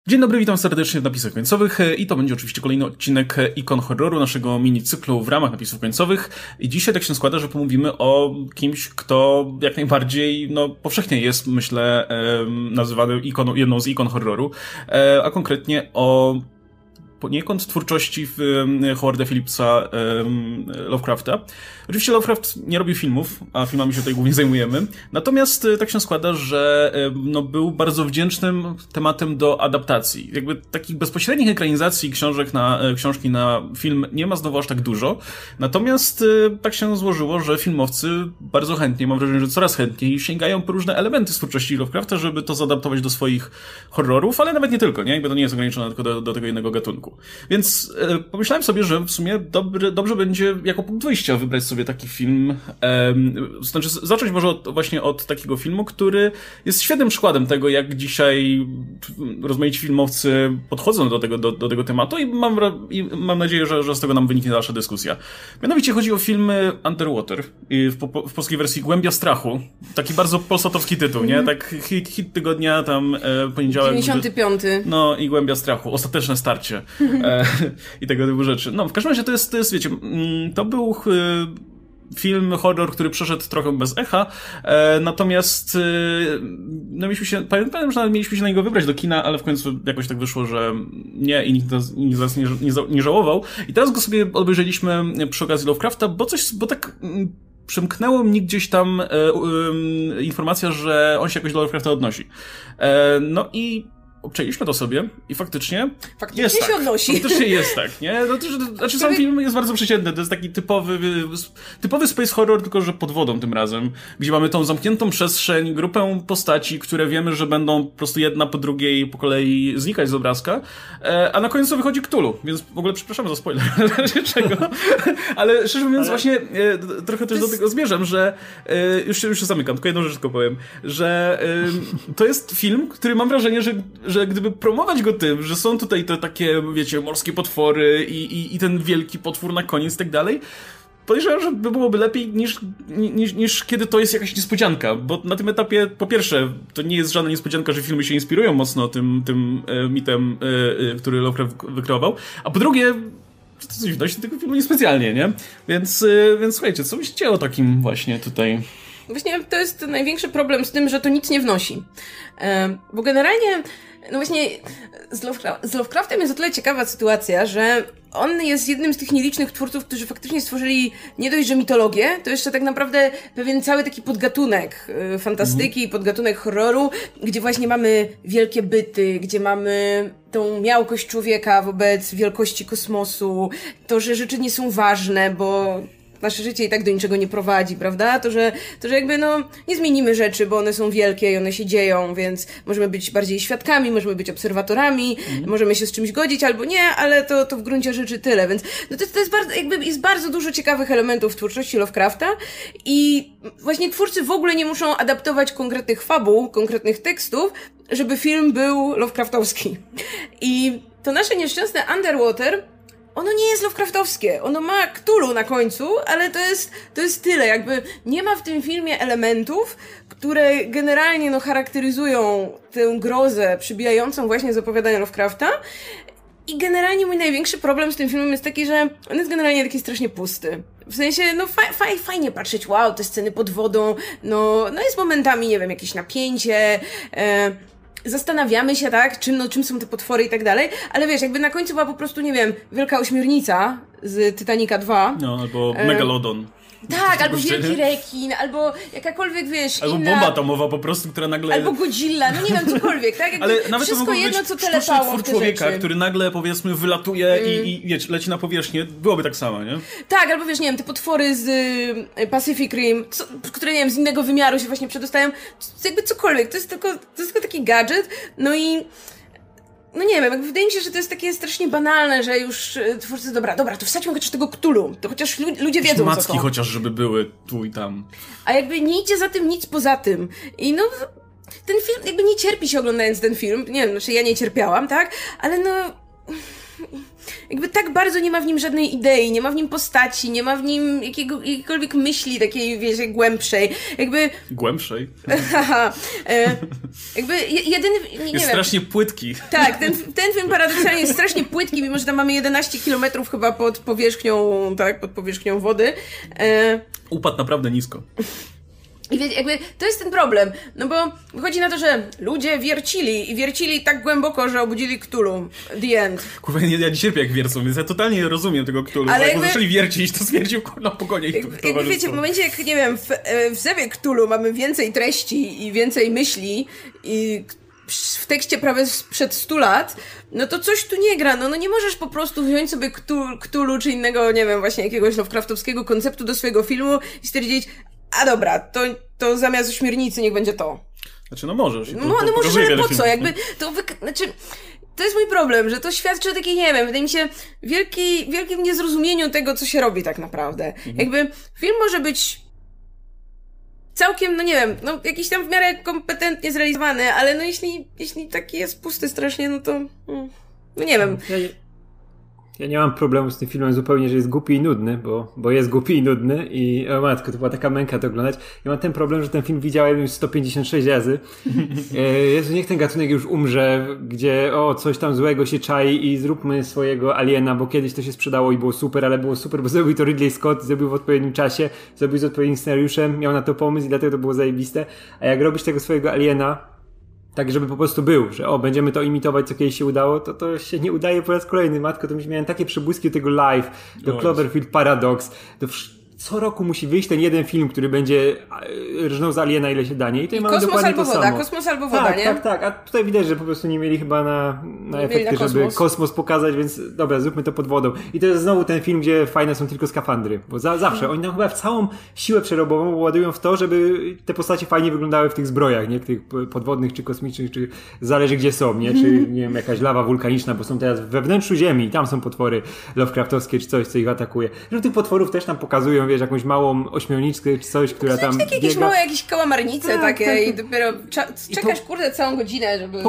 Dzień dobry, witam serdecznie w napisach końcowych i to będzie oczywiście kolejny odcinek Ikon Horroru, naszego mini-cyklu w ramach napisów końcowych. I dzisiaj tak się składa, że pomówimy o kimś, kto jak najbardziej, powszechnie jest, myślę, nazywany jedną z ikon horroru, a konkretnie o poniekąd twórczości Howarda Phillipsa Lovecrafta. Oczywiście Lovecraft nie robił filmów, a filmami się tutaj głównie zajmujemy. Natomiast tak się składa, że był bardzo wdzięcznym tematem do adaptacji. Jakby takich bezpośrednich ekranizacji książki na film nie ma znowu aż tak dużo. Natomiast tak się złożyło, że filmowcy bardzo chętnie, mam wrażenie, że coraz chętniej sięgają po różne elementy z twórczości Lovecrafta, żeby to zaadaptować do swoich horrorów, ale nawet nie tylko, nie? Jakby to nie jest ograniczone tylko do tego jednego gatunku. Więc pomyślałem sobie, że w sumie dobrze będzie jako punkt wyjścia wybrać sobie taki film. Znaczy zacząć może właśnie od takiego filmu, który jest świetnym przykładem tego, jak dzisiaj rozmaici filmowcy podchodzą do tego tematu i mam nadzieję, że z tego nam wyniknie dalsza dyskusja. Mianowicie chodzi o film Underwater w polskiej wersji Głębia Strachu. Taki bardzo polsatowski tytuł, nie? Tak hit tygodnia, tam poniedziałek. 95. No i Głębia Strachu. Ostateczne starcie. I tego typu rzeczy. No, w każdym razie to jest, wiecie, to był film, horror, który przeszedł trochę bez echa, natomiast pamiętam, że nawet mieliśmy się na niego wybrać do kina, ale w końcu jakoś tak wyszło, że nie i nikt z nas nie żałował. I teraz go sobie obejrzeliśmy przy okazji Lovecrafta, bo tak przymknęło mnie gdzieś tam informacja, że on się jakoś do Lovecrafta odnosi. No i obczęliśmy to sobie i faktycznie jest się tak. odnosi. Faktycznie jest tak, nie? Znaczy sam film jest bardzo przeciętny, to jest taki typowy space horror, tylko że pod wodą tym razem, gdzie mamy tą zamkniętą przestrzeń, grupę postaci, które wiemy, że będą po prostu jedna po drugiej po kolei znikać z obrazka, a na końcu wychodzi Cthulhu, więc w ogóle przepraszam za spoiler, czego, ale szczerze mówiąc właśnie trochę też do tego zmierzam, że już się zamykam, tylko jedną rzecz tylko powiem, że to jest film, który mam wrażenie, że gdyby promować go tym, że są tutaj te takie, wiecie, morskie potwory i ten wielki potwór na koniec i tak dalej, podejrzewam, że byłoby lepiej niż kiedy to jest jakaś niespodzianka, bo na tym etapie, po pierwsze, to nie jest żadna niespodzianka, że filmy się inspirują mocno tym mitem, który Lovecraft wykreował, a po drugie, coś wnosi tego filmu niespecjalnie, nie? Więc słuchajcie, co myślicie o takim właśnie tutaj? Właśnie to jest największy problem z tym, że to nic nie wnosi. Bo generalnie, no właśnie z Lovecraftem jest o tyle ciekawa sytuacja, że on jest jednym z tych nielicznych twórców, którzy faktycznie stworzyli nie dość, że mitologię, to jeszcze tak naprawdę pewien cały taki podgatunek fantastyki, podgatunek horroru, gdzie właśnie mamy wielkie byty, gdzie mamy tą miałkość człowieka wobec wielkości kosmosu, to, że rzeczy nie są ważne, bo nasze życie i tak do niczego nie prowadzi, prawda? To, że jakby nie zmienimy rzeczy, bo one są wielkie i one się dzieją, więc możemy być bardziej świadkami, możemy być obserwatorami, możemy się z czymś godzić albo nie, ale to w gruncie rzeczy tyle, więc to jest bardzo, jakby jest bardzo dużo ciekawych elementów w twórczości Lovecrafta i właśnie twórcy w ogóle nie muszą adaptować konkretnych fabuł, konkretnych tekstów, żeby film był Lovecraftowski. I to nasze nieszczęsne Underwater, ono nie jest Lovecraftowskie, ono ma Cthulhu na końcu, ale to jest tyle, jakby nie ma w tym filmie elementów, które generalnie charakteryzują tę grozę przybijającą właśnie z opowiadania Lovecrafta. I generalnie mój największy problem z tym filmem jest taki, że on jest generalnie taki strasznie pusty. W sensie, fajnie patrzeć, wow, te sceny pod wodą, jest momentami, nie wiem, jakieś napięcie, zastanawiamy się, tak, czym są te potwory i tak dalej, ale wiesz, jakby na końcu była po prostu, nie wiem, wielka ośmiornica z Titanica 2. No, albo Megalodon. Tak, albo wielki rekin, albo jakakolwiek, wiesz, albo inna... bomba atomowa po prostu, która nagle... Albo Godzilla, nie wiem, cokolwiek, tak? Jakby ale nawet wszystko to jedno, być co telepało w te człowieka, rzeczy. który nagle, powiedzmy, wylatuje i wiesz, leci na powierzchnię, byłoby tak samo, nie? Tak, albo wiesz, nie wiem, te potwory z Pacific Rim, które, nie wiem, z innego wymiaru się właśnie przedostają, jakby cokolwiek, to jest tylko taki gadżet, no nie wiem, wydaje mi się, że to jest takie strasznie banalne, że już twórcy, dobra, to wsadźmy chociaż tego Cthulhu, to chociaż ludzie wiedzą, macki co to. chociaż, żeby były tu i tam. A jakby nie idzie za tym nic poza tym. I ten film, jakby nie cierpi się oglądając ten film, nie wiem, znaczy ja nie cierpiałam, tak? Ale jakby tak bardzo nie ma w nim żadnej idei, nie ma w nim postaci, nie ma w nim jakiejkolwiek myśli takiej, wiesz, głębszej. Jakby... Głębszej? Haha. Jakby jedyny... Nie jest wiem. strasznie płytki. Tak, ten film paradoksalnie jest strasznie płytki, mimo że tam mamy 11 kilometrów chyba pod powierzchnią, tak, pod powierzchnią wody. Upadł naprawdę nisko. I wiecie, jakby to jest ten problem, no bo wychodzi na to, że ludzie wiercili tak głęboko, że obudzili Cthulhu. The end. Kurwa, ja nie cierpię jak wiercą, więc ja totalnie rozumiem tego Cthulhu. Ale jak jakby... zaczęli wiercić, to stwierdził, kurwa, pogonię ich jakby wiecie, w momencie jak, nie wiem, w Zewie Cthulhu mamy więcej treści i więcej myśli i w tekście prawie sprzed 100 lat, no to coś tu nie gra, no nie możesz po prostu wziąć sobie Cthulhu czy innego, nie wiem, właśnie jakiegoś Lovecraftowskiego konceptu do swojego filmu i stwierdzić, a dobra, to zamiast ośmiornicy niech będzie to. Znaczy, no możesz. No możesz, ale po co? Jakby to znaczy, to jest mój problem, że to świadczy o takiej, nie wiem, wydaje mi się, wielkim niezrozumieniu tego, co się robi tak naprawdę. Jakby film może być całkiem, no nie wiem, no jakiś tam w miarę kompetentnie zrealizowany, ale no jeśli taki jest pusty strasznie, no to no nie wiem. Ja nie mam problemu z tym filmem zupełnie, że jest głupi i nudny, bo jest głupi i nudny i o matko, to była taka męka to oglądać. Ja mam ten problem, że ten film widziałem już 156 razy. Jezu, niech ten gatunek już umrze, gdzie coś tam złego się czai i zróbmy swojego Aliena, bo kiedyś to się sprzedało i było super, ale było super, bo zrobił to Ridley Scott, zrobił w odpowiednim czasie, zrobił z odpowiednim scenariuszem, miał na to pomysł i dlatego to było zajebiste. A jak robisz tego swojego Aliena, tak, żeby po prostu był, że będziemy to imitować, co kiedyś się udało, to się nie udaje po raz kolejny. Matko, to miałem takie przebłyski do tego live, do Cloverfield Paradox, co roku musi wyjść ten jeden film, który będzie rżnął z Aliena ile się da, nie? I tutaj mamy dokładnie to samo. Kosmos albo woda, nie? Tak. A tutaj widać, że po prostu nie mieli chyba na efekty, żeby kosmos pokazać, więc dobra, zróbmy to pod wodą. I to jest znowu ten film, gdzie fajne są tylko skafandry, bo zawsze oni nam chyba w całą siłę przerobową ładują w to, żeby te postacie fajnie wyglądały w tych zbrojach, nie? Tych podwodnych czy kosmicznych, czy zależy gdzie są, nie? Czy nie wiem, jakaś lawa wulkaniczna, bo są teraz we wnętrzu Ziemi, tam są potwory Lovecraftowskie, czy coś, co ich atakuje. Że tych potworów też tam pokazują, wiesz, jakąś małą ośmiorniczkę czy coś, która tam biega. Jakieś małe kałamarnice takie i dopiero czekasz, kurde, całą godzinę, żeby...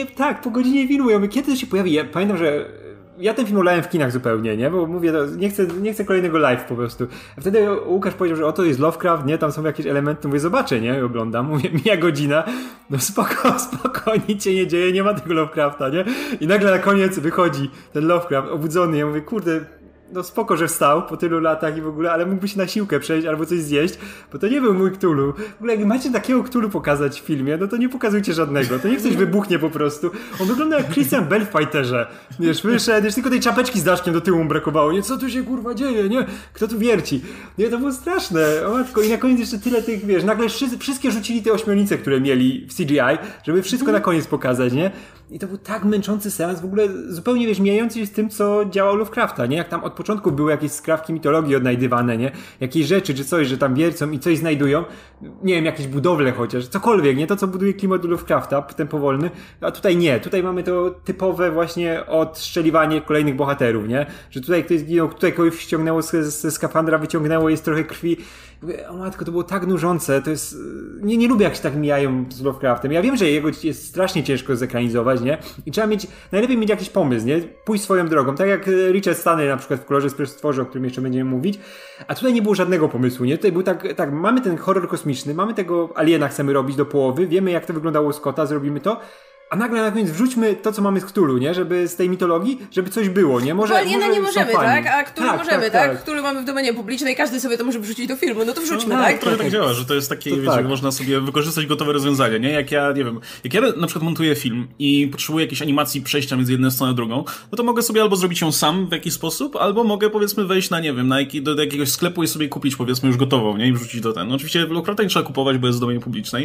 Po godzinie filmu. Ja mówię, kiedy to się pojawi? Ja pamiętam, że ja ten film oglądałem w kinach zupełnie, nie? Bo mówię, nie chcę kolejnego live po prostu. A wtedy Łukasz powiedział, że oto jest Lovecraft, nie? Tam są jakieś elementy. Mówię, zobaczę, nie? I oglądam. Mówię, mija godzina. No spoko, nic się nie dzieje, nie ma tego Lovecrafta, nie? I nagle na koniec wychodzi ten Lovecraft obudzony. Ja mówię, kurde, no spoko, że wstał po tylu latach i w ogóle, ale mógłby się na siłkę przejść albo coś zjeść, bo to nie był mój Cthulhu. W ogóle jak macie takiego Cthulhu pokazać w filmie, no to nie pokazujcie żadnego. To niech coś wybuchnie po prostu. On wygląda jak Christian Bale w Fighterze. Wiesz, wyszedł, już tylko tej czapeczki z daszkiem do tyłu mu brakowało. Nie, co tu się kurwa dzieje, nie? Kto tu wierci? Nie, to było straszne. O matko. I na koniec jeszcze tyle tych, wiesz, nagle wszystkie rzucili te ośmiornice, które mieli w CGI, żeby wszystko na koniec pokazać, nie? I to był tak męczący seans, w ogóle zupełnie, wiesz, mijający się z tym, co działał Lovecrafta, nie? Jak tam od początku były jakieś skrawki mitologii odnajdywane, nie? Jakieś rzeczy, czy coś, że tam wiercą i coś znajdują. Nie wiem, jakieś budowle chociaż, cokolwiek, nie? To, co buduje klimat Lovecrafta, ten powolny. A tutaj nie. Tutaj mamy to typowe właśnie odstrzeliwanie kolejnych bohaterów, nie? Że tutaj ktoś zginął, tutaj kogoś ściągnęło ze skafandra, wyciągnęło, jest trochę krwi. O matko, to było tak nużące, to jest... Nie lubię, jak się tak mijają z Lovecraftem. Ja wiem, że jego jest strasznie ciężko zekranizować, nie? I trzeba najlepiej mieć jakiś pomysł, nie? Pójść swoją drogą. Tak jak Richard Stanley na przykład w Kolorze z Przestworze, o którym jeszcze będziemy mówić. A tutaj nie było żadnego pomysłu, nie? Tutaj był tak, mamy ten horror kosmiczny, mamy tego Aliena, chcemy robić do połowy, wiemy jak to wyglądało u Scotta, zrobimy to. A nagle na koniec wrzućmy to, co mamy z Cthulhu, nie? Żeby z tej mitologii, żeby coś było, nie? Może Aliena nie możemy, tak? A Cthulhu możemy, tak? Cthulhu mamy w domenie publicznej, każdy sobie to może wrzucić do filmu, no to wrzućmy, no, tak? Trochę tak działa, że to jest takie, wiecie, tak. Można sobie wykorzystać gotowe rozwiązanie, nie? Jak ja na przykład montuję film i potrzebuję jakiejś animacji przejścia między jedną stroną a drugą, no to mogę sobie albo zrobić ją sam w jakiś sposób, albo mogę, powiedzmy, wejść na, nie wiem, do jakiegoś sklepu i sobie kupić, powiedzmy, już gotową, nie? I wrzucić do ten. No oczywiście Lovecrafta nie trzeba kupować, bo jest w domenie publicznej.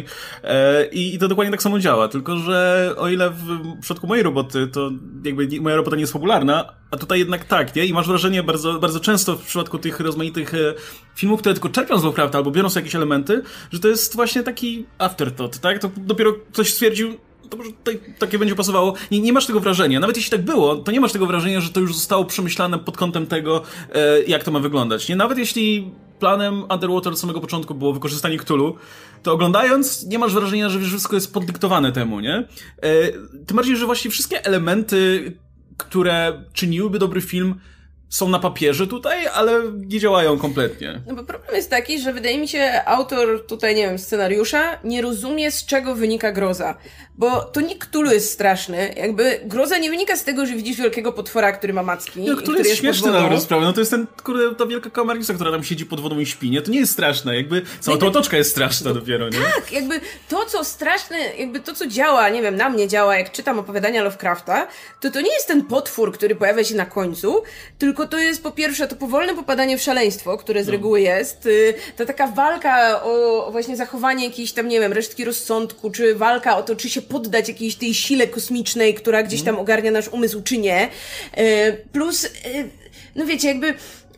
I to dokładnie tak samo działa, tylko że o ile w przypadku mojej roboty, to jakby moja robota nie jest popularna, a tutaj jednak tak, nie? I masz wrażenie bardzo, bardzo często w przypadku tych rozmaitych filmów, które tylko czerpią z Lovecrafta albo biorą sobie jakieś elementy, że to jest właśnie taki afterthought, tak? To dopiero ktoś stwierdził, to może tutaj takie będzie pasowało. Nie masz tego wrażenia. Nawet jeśli tak było, to nie masz tego wrażenia, że to już zostało przemyślane pod kątem tego, jak to ma wyglądać. Nie? Nawet jeśli planem Underwater od samego początku było wykorzystanie Cthulhu, to oglądając nie masz wrażenia, że wszystko jest poddyktowane temu, nie? Tym bardziej, że właśnie wszystkie elementy które czyniłyby dobry film, są na papierze tutaj, ale nie działają kompletnie. No bo problem jest taki, że wydaje mi się, autor tutaj, nie wiem, scenariusza nie rozumie, z czego wynika groza. Bo to nie Cthulhu jest straszny. Jakby groza nie wynika z tego, że widzisz wielkiego potwora, który ma macki. No, który jest śmieszny na rozprawę. No to jest ta wielka kałamarnica, która tam siedzi pod wodą i śpi, nie? To nie jest straszne. Jakby cała ta otoczka jest straszna dopiero, nie? Tak, jakby to, co straszne, jakby to, co działa, nie wiem, na mnie działa, jak czytam opowiadania Lovecrafta, to nie jest ten potwór, który pojawia się na końcu, tylko to jest po pierwsze to powolne popadanie w szaleństwo, które z reguły jest, ta taka walka o właśnie zachowanie jakiejś tam, nie wiem, resztki rozsądku, czy walka o to, czy się poddać jakiejś tej sile kosmicznej, która gdzieś tam ogarnia nasz umysł, czy nie. Plus, no wiecie, jakby...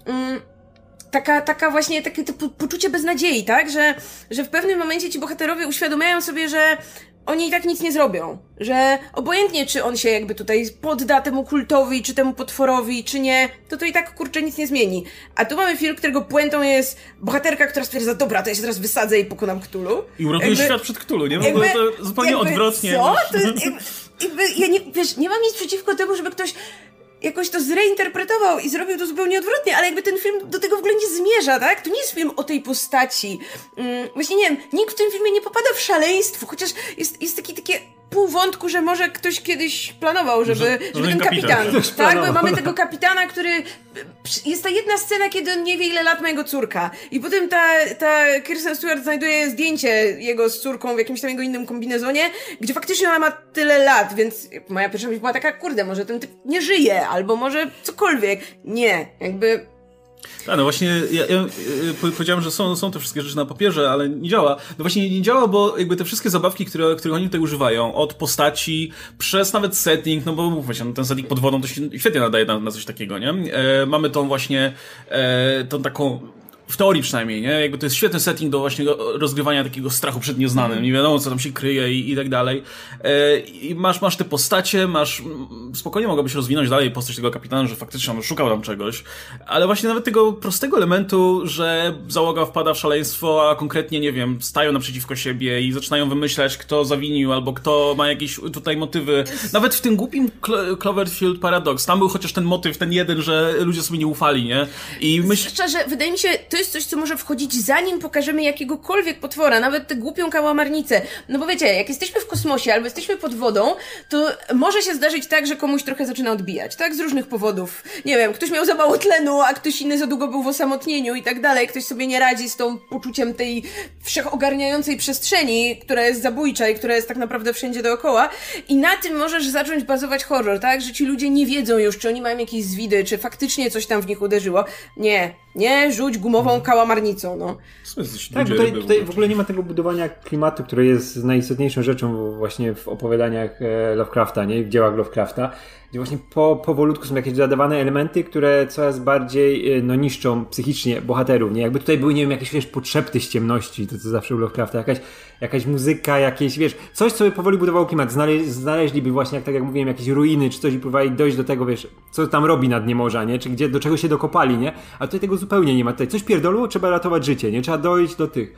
Taka właśnie, takie to poczucie beznadziei, tak? Że w pewnym momencie ci bohaterowie uświadamiają sobie, że oni i tak nic nie zrobią. Że obojętnie, czy on się jakby tutaj podda temu kultowi, czy temu potworowi, czy nie, to i tak, kurczę, nic nie zmieni. A tu mamy film, którego puentą jest bohaterka, która stwierdza, dobra, to ja się teraz wysadzę i pokonam Cthulhu. I uratuje świat przed Cthulhu, nie? W ogóle to zupełnie odwrotnie. Co? Ja nie mam nic przeciwko temu, żeby ktoś jakoś to zreinterpretował i zrobił to zupełnie odwrotnie, ale jakby ten film do tego w ogóle nie zmierza, tak? To nie jest film o tej postaci. Właśnie nie wiem, nikt w tym filmie nie popada w szaleństwo, chociaż jest takie pół wątku, że może ktoś kiedyś planował, żeby ten kapitan tak? Bo mamy tego kapitana, który... Jest ta jedna scena, kiedy on nie wie, ile lat ma jego córka. I potem ta Kirsten Stewart znajduje zdjęcie jego z córką w jakimś tam jego innym kombinezonie, gdzie faktycznie ona ma tyle lat, więc moja pierwsza myśl była taka, kurde, może ten typ nie żyje, albo może cokolwiek. Nie, jakby... A no właśnie, ja powiedziałem, że są te wszystkie rzeczy na papierze, ale nie działa. No właśnie nie działa, bo jakby te wszystkie zabawki, których oni tutaj używają, od postaci, przez nawet setting, no bo właśnie, no ten setting pod wodą to się świetnie nadaje na coś takiego, nie? Mamy tą właśnie, tą taką... W teorii przynajmniej, nie? Jakby to jest świetny setting do właśnie rozgrywania takiego strachu przed nieznanym. Nie wiadomo, co tam się kryje i tak dalej. I masz te postacie, spokojnie mogłabyś rozwinąć dalej postać tego kapitana, że faktycznie on szukał tam czegoś. Ale właśnie nawet tego prostego elementu, że załoga wpada w szaleństwo, a konkretnie, nie wiem, stają naprzeciwko siebie i zaczynają wymyślać, kto zawinił, albo kto ma jakieś tutaj motywy. Nawet w tym głupim Cloverfield Paradox, tam był chociaż ten motyw, ten jeden, że ludzie sobie nie ufali, nie? I Szczerze, wydaje mi się, to jest coś, co może wchodzić zanim pokażemy jakiegokolwiek potwora, nawet tę głupią kałamarnicę. No bo wiecie, jak jesteśmy w kosmosie albo jesteśmy pod wodą, to może się zdarzyć tak, że komuś trochę zaczyna odbijać, tak? Z różnych powodów. Nie wiem, ktoś miał za mało tlenu, a ktoś inny za długo był w osamotnieniu i tak dalej. Ktoś sobie nie radzi z tą poczuciem tej wszechogarniającej przestrzeni, która jest zabójcza i która jest tak naprawdę wszędzie dookoła. I na tym możesz zacząć bazować horror, tak? Że ci ludzie nie wiedzą już, czy oni mają jakieś zwidy, czy faktycznie coś tam w nich uderzyło. Nie, rzuć gumową kałamarnicą, no. Tak, tutaj w ogóle nie ma tego budowania klimatu, które jest najistotniejszą rzeczą właśnie w opowiadaniach Lovecrafta, nie? W dziełach Lovecrafta, gdzie właśnie powolutku są jakieś dodawane elementy, które coraz bardziej niszczą psychicznie bohaterów, nie? Jakby tutaj były, nie wiem, jakieś, wiesz, podszepty z ciemności, to co zawsze u Lovecrafta, jakaś muzyka, jakieś, wiesz, coś, co by powoli budowało klimat. Znaleźliby właśnie, tak jak mówiłem, jakieś ruiny, czy coś i próbowali dojść do tego, wiesz, co tam robi na dnie morza, nie? Czy do czego się dokopali, nie? A tutaj tego zupełnie nie ma. Tutaj coś pierdolło, trzeba ratować życie, nie? Trzeba dojść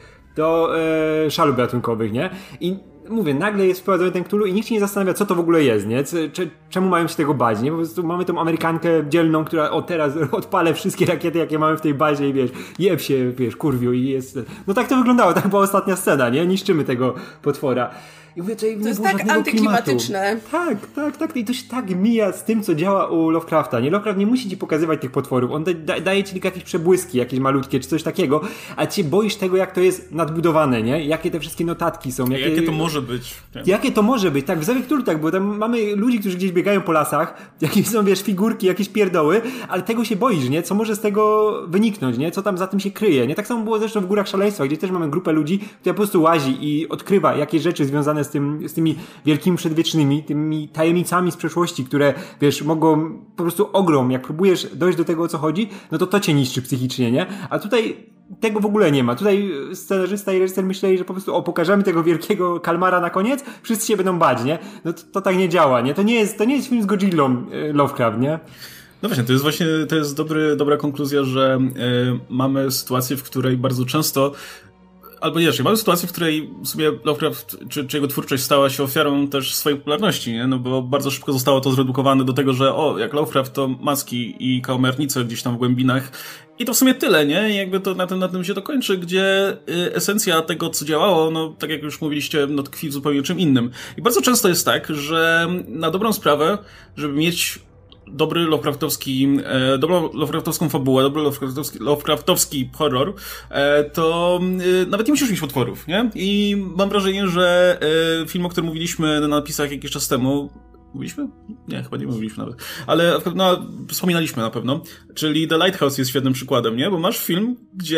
do szalub ratunkowych, nie? I mówię, nagle jest wprowadzony ten Cthulhu i nikt się nie zastanawia, co to w ogóle jest, nie? Czemu mają się tego bać, nie? Po prostu mamy tą Amerykankę dzielną, która teraz odpalę wszystkie rakiety, jakie mamy w tej bazie i wiesz, jeb się, wiesz, kurwiu i jest... No tak to wyglądało, tak była ostatnia scena, nie? Niszczymy tego potwora. I mówię, to jest tak antyklimatyczne. Tak. I to się tak mija z tym, co działa u Lovecrafta. Nie? Lovecraft nie musi ci pokazywać tych potworów. On daje ci tylko jakieś przebłyski, jakieś malutkie, czy coś takiego, a ty się boisz tego, jak to jest nadbudowane, nie? Jakie te wszystkie notatki są. Jakie to może być. Tak. Jakie to może być. Tak, w Zawie Cthulhu tak, bo tam mamy ludzi, którzy gdzieś biegają po lasach, jakieś są, wiesz, figurki, jakieś pierdoły, ale tego się boisz, nie? Co może z tego wyniknąć, nie? Co tam za tym się kryje, nie? Tak samo było zresztą w Górach Szaleństwa, gdzie też mamy grupę ludzi, która po prostu łazi i odkrywa jakieś rzeczy związane z tymi wielkimi przedwiecznymi, tymi tajemnicami z przeszłości, które, wiesz, mogą po prostu ogrom, jak próbujesz dojść do tego, o co chodzi, no to cię niszczy psychicznie, nie? A tutaj tego w ogóle nie ma. Tutaj scenarzysta i reżyser myśleli, że po prostu pokażemy tego wielkiego kalmara na koniec, wszyscy się będą bać, nie? No to tak nie działa, nie? To nie jest film z Godzillą Lovecraft, nie? No właśnie, to jest dobra konkluzja, że mamy sytuację, w której bardzo często albo inaczej, mamy sytuację, w której w sumie Lovecraft, czy jego twórczość stała się ofiarą też swojej popularności, nie? No bo bardzo szybko zostało to zredukowane do tego, że jak Lovecraft to maski i kałamarnice gdzieś tam w głębinach. I to w sumie tyle, nie? I jakby to na tym się to kończy, gdzie esencja tego, co działało, no tak jak już mówiliście, no tkwi w zupełnie czym innym. I bardzo często jest tak, że na dobrą sprawę, żeby mieć dobrą Lovecraftowską fabułę, dobry Lovecraftowski horror, to nawet nie musisz mieć potworów, nie? I mam wrażenie, że film, o którym mówiliśmy na napisach jakiś czas temu, mówiliśmy? Nie, chyba nie mówiliśmy nawet. Ale wspominaliśmy na pewno. Czyli The Lighthouse jest świetnym przykładem, nie? Bo masz film,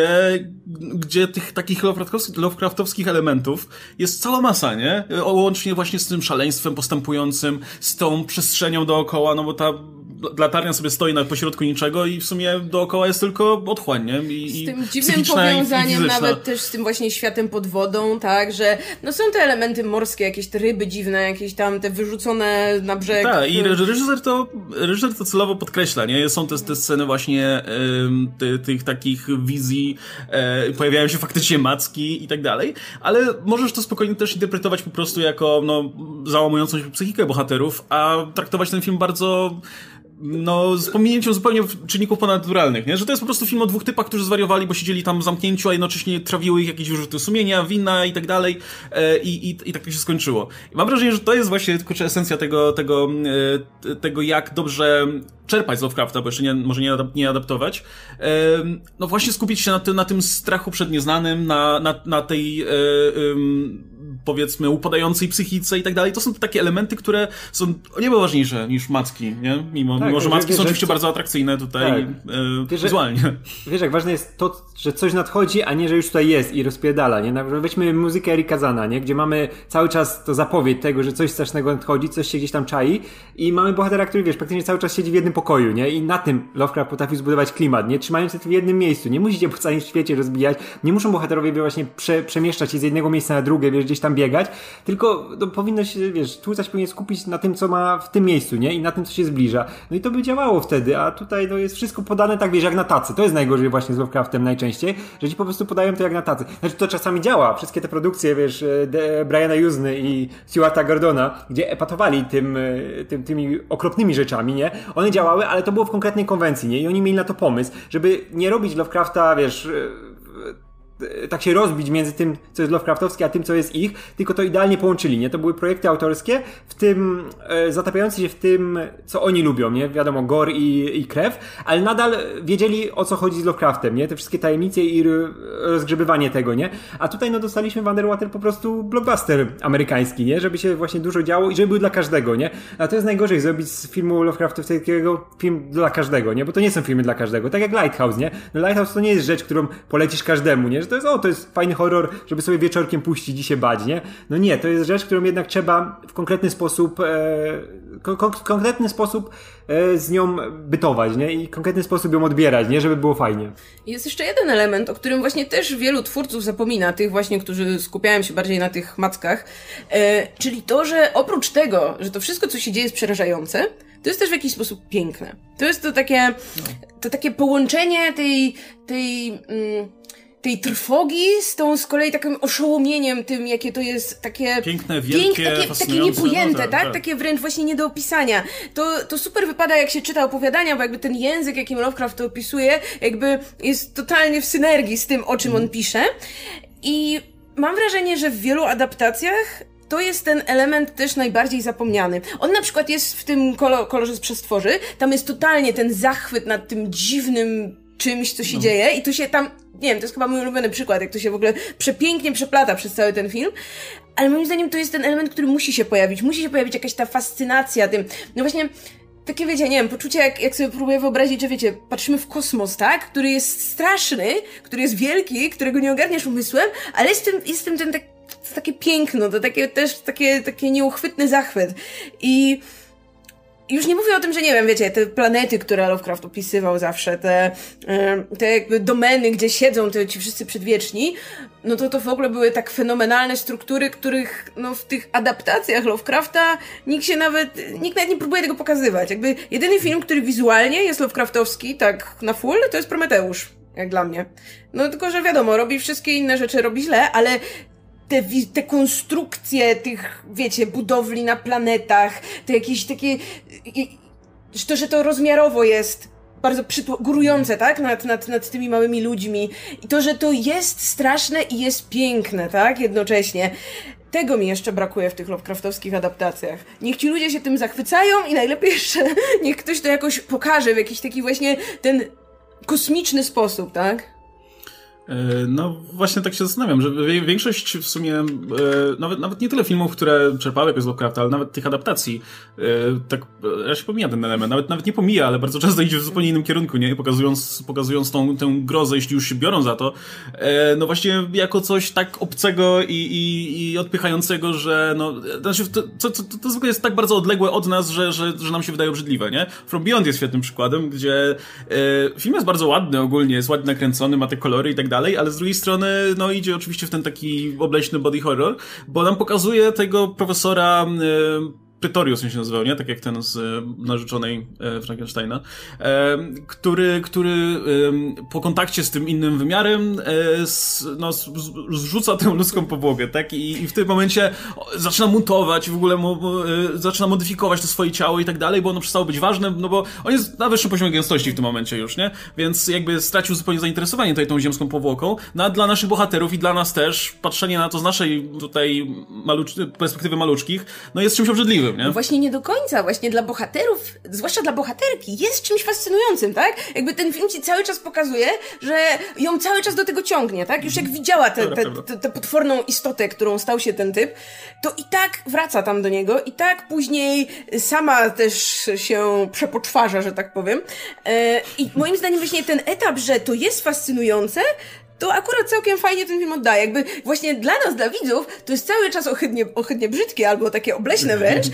gdzie tych takich Lovecraftowskich elementów jest cała masa, nie? Łącznie właśnie z tym szaleństwem postępującym, z tą przestrzenią dookoła, no bo ta latarnia sobie stoi na pośrodku niczego i w sumie dookoła jest tylko otchłań, nie? Z tym dziwnym powiązaniem nawet też z tym właśnie światem pod wodą, tak, że no są te elementy morskie, jakieś te ryby dziwne, jakieś tam te wyrzucone na brzeg. Tak, i reżyser to celowo podkreśla, nie? Są te sceny właśnie tych takich wizji, pojawiają się faktycznie macki i tak dalej, ale możesz to spokojnie też interpretować po prostu jako załamującą się psychikę bohaterów, a traktować ten film bardzo z pominięciem zupełnie czynników ponadnaturalnych, nie? Że to jest po prostu film o dwóch typach, którzy zwariowali, bo siedzieli tam w zamknięciu, a jednocześnie trawiły ich jakieś wyrzuty sumienia, wina i tak dalej i tak to się skończyło. I mam wrażenie, że to jest właśnie esencja tego jak dobrze czerpać z Lovecrafta, bo jeszcze może nie adaptować. No właśnie skupić się na tym strachu przed nieznanym, na tej powiedzmy upadającej psychice i tak dalej. To są takie elementy, które są o niebo ważniejsze niż macki, nie? Mimo że macki są oczywiście bardzo atrakcyjne tutaj wizualnie. Wiesz, jak ważne jest to, że coś nadchodzi, a nie, że już tutaj jest i rozpierdala, nie? Weźmy muzykę Erika Zana, nie? Gdzie mamy cały czas to zapowiedź tego, że coś strasznego nadchodzi, coś się gdzieś tam czai i mamy bohatera, który, wiesz, praktycznie cały czas siedzi w jednym pokoju, nie? I na tym Lovecraft potrafił zbudować klimat, nie? Trzymając się w jednym miejscu. Nie musicie po całym świecie rozbijać, nie muszą bohaterowie właśnie przemieszczać się z jednego miejsca na drugie, wiesz, gdzieś tam biegać, tylko powinno się, wiesz, twórca się powinien skupić na tym, co ma w tym miejscu, nie? I na tym, co się zbliża. No i to by działało wtedy, a tutaj jest wszystko podane tak, wiesz, jak na tacy. To jest najgorzej właśnie z Lovecraftem najczęściej, że ci po prostu podają to jak na tacy. Znaczy to czasami działa. Wszystkie te produkcje, wiesz, Briana Yuzny i Stuarta Gordona, gdzie epatowali tymi okropnymi rzeczami, nie? One działały, ale to było w konkretnej konwencji, nie? I oni mieli na to pomysł, żeby nie robić Lovecrafta, wiesz, tak się rozbić między tym, co jest Lovecraftowskie, a tym, co jest ich, tylko to idealnie połączyli, nie? To były projekty autorskie, w tym zatapiające się w tym, co oni lubią, nie? Wiadomo, gore i krew, ale nadal wiedzieli, o co chodzi z Lovecraftem, nie? Te wszystkie tajemnice i rozgrzebywanie tego, nie? A tutaj, dostaliśmy w Underwater po prostu blockbuster amerykański, nie? Żeby się właśnie dużo działo i żeby był dla każdego, nie? A to jest najgorzej, zrobić z filmu Lovecraftowskiego film dla każdego, nie? Bo to nie są filmy dla każdego. Tak jak Lighthouse, nie? No Lighthouse to nie jest rzecz, którą polecisz każdemu, nie? Że to jest fajny horror, żeby sobie wieczorkiem puścić i się bać, nie? No nie, to jest rzecz, którą jednak trzeba w konkretny sposób z nią bytować, nie? I w konkretny sposób ją odbierać, nie? Żeby było fajnie. Jest jeszcze jeden element, o którym właśnie też wielu twórców zapomina, tych właśnie, którzy skupiają się bardziej na tych mackach, czyli to, że oprócz tego, że to wszystko, co się dzieje jest przerażające, to jest też w jakiś sposób piękne. To jest to takie połączenie tej trwogi z tą z kolei takim oszołomieniem tym, jakie to jest takie piękne, wielkie, takie niepojęte, tak? Takie wręcz właśnie nie do opisania. To super wypada, jak się czyta opowiadania, bo jakby ten język, jakim Lovecraft to opisuje, jakby jest totalnie w synergii z tym, o czym on pisze. I mam wrażenie, że w wielu adaptacjach to jest ten element też najbardziej zapomniany. On na przykład jest w tym kolorze z przestworzy, tam jest totalnie ten zachwyt nad tym dziwnym czymś, co się dzieje i to się tam, nie wiem, to jest chyba mój ulubiony przykład, jak to się w ogóle przepięknie przeplata przez cały ten film, ale moim zdaniem to jest ten element, który musi się pojawić jakaś ta fascynacja tym, no właśnie takie, wiecie, nie wiem, poczucie, jak sobie próbuję wyobrazić, że wiecie, patrzymy w kosmos, tak? Który jest straszny, który jest wielki, którego nie ogarniasz umysłem, ale jest w tym ten takie piękno, to takie nieuchwytny zachwyt. I już nie mówię o tym, że nie wiem, wiecie, te planety, które Lovecraft opisywał zawsze, te jakby domeny, gdzie siedzą ci wszyscy przedwieczni, no to w ogóle były tak fenomenalne struktury, których w tych adaptacjach Lovecrafta nikt nawet nie próbuje tego pokazywać. Jakby jedyny film, który wizualnie jest Lovecraftowski, tak na full, to jest Prometeusz. jak dla mnie. No tylko, że wiadomo, robi wszystkie inne rzeczy, robi źle, ale te konstrukcje tych, wiecie, budowli na planetach, te jakieś takie... To, że to rozmiarowo jest bardzo górujące, tak? Nad tymi małymi ludźmi. I to, że to jest straszne i jest piękne, tak? Jednocześnie. Tego mi jeszcze brakuje w tych Lovecraftowskich adaptacjach. Niech ci ludzie się tym zachwycają i najlepiej jeszcze niech ktoś to jakoś pokaże w jakiś taki właśnie ten kosmiczny sposób, tak? No właśnie tak się zastanawiam, że większość w sumie, nawet nie tyle filmów, które czerpały jakoś z Lovecrafta, ale nawet tych adaptacji, tak raczej pomija ten element, nawet nie pomija, ale bardzo często idzie w zupełnie innym kierunku, nie? Pokazując tę grozę, jeśli już się biorą za to, no właśnie jako coś tak obcego i odpychającego, że no, znaczy to zwykle jest tak bardzo odległe od nas, że nam się wydaje obrzydliwe, nie? From Beyond jest świetnym przykładem, gdzie film jest bardzo ładny ogólnie, jest ładnie nakręcony, ma te kolory i tak dalej, ale z drugiej strony, no idzie oczywiście w ten taki obleśny body horror, bo nam pokazuje tego profesora Pretorius on się nazywał, nie? Tak jak ten z narzeczonej Frankensteina, który po kontakcie z tym innym wymiarem zrzuca tę ludzką powłogę, tak? I w tym momencie zaczyna mutować, w ogóle zaczyna modyfikować to swoje ciało i tak dalej, bo ono przestało być ważne, no bo on jest na wyższym poziomie gęstości w tym momencie już, nie? Więc jakby stracił zupełnie zainteresowanie tutaj tą ziemską powłoką, no a dla naszych bohaterów i dla nas też patrzenie na to z naszej tutaj perspektywy maluczkich, no jest czymś obrzydliwym. Nie? No właśnie nie do końca, właśnie dla bohaterów, zwłaszcza dla bohaterki, jest czymś fascynującym, tak? Jakby ten film ci cały czas pokazuje, że ją cały czas do tego ciągnie, tak? Już jak widziała tę potworną istotę, którą stał się ten typ, to i tak wraca tam do niego, i tak później sama też się przepoczwarza, że tak powiem. I moim zdaniem właśnie ten etap, że to jest fascynujące, to akurat całkiem fajnie ten film oddaje. Jakby właśnie dla nas, dla widzów, to jest cały czas ohydnie brzydkie, albo takie obleśne wręcz,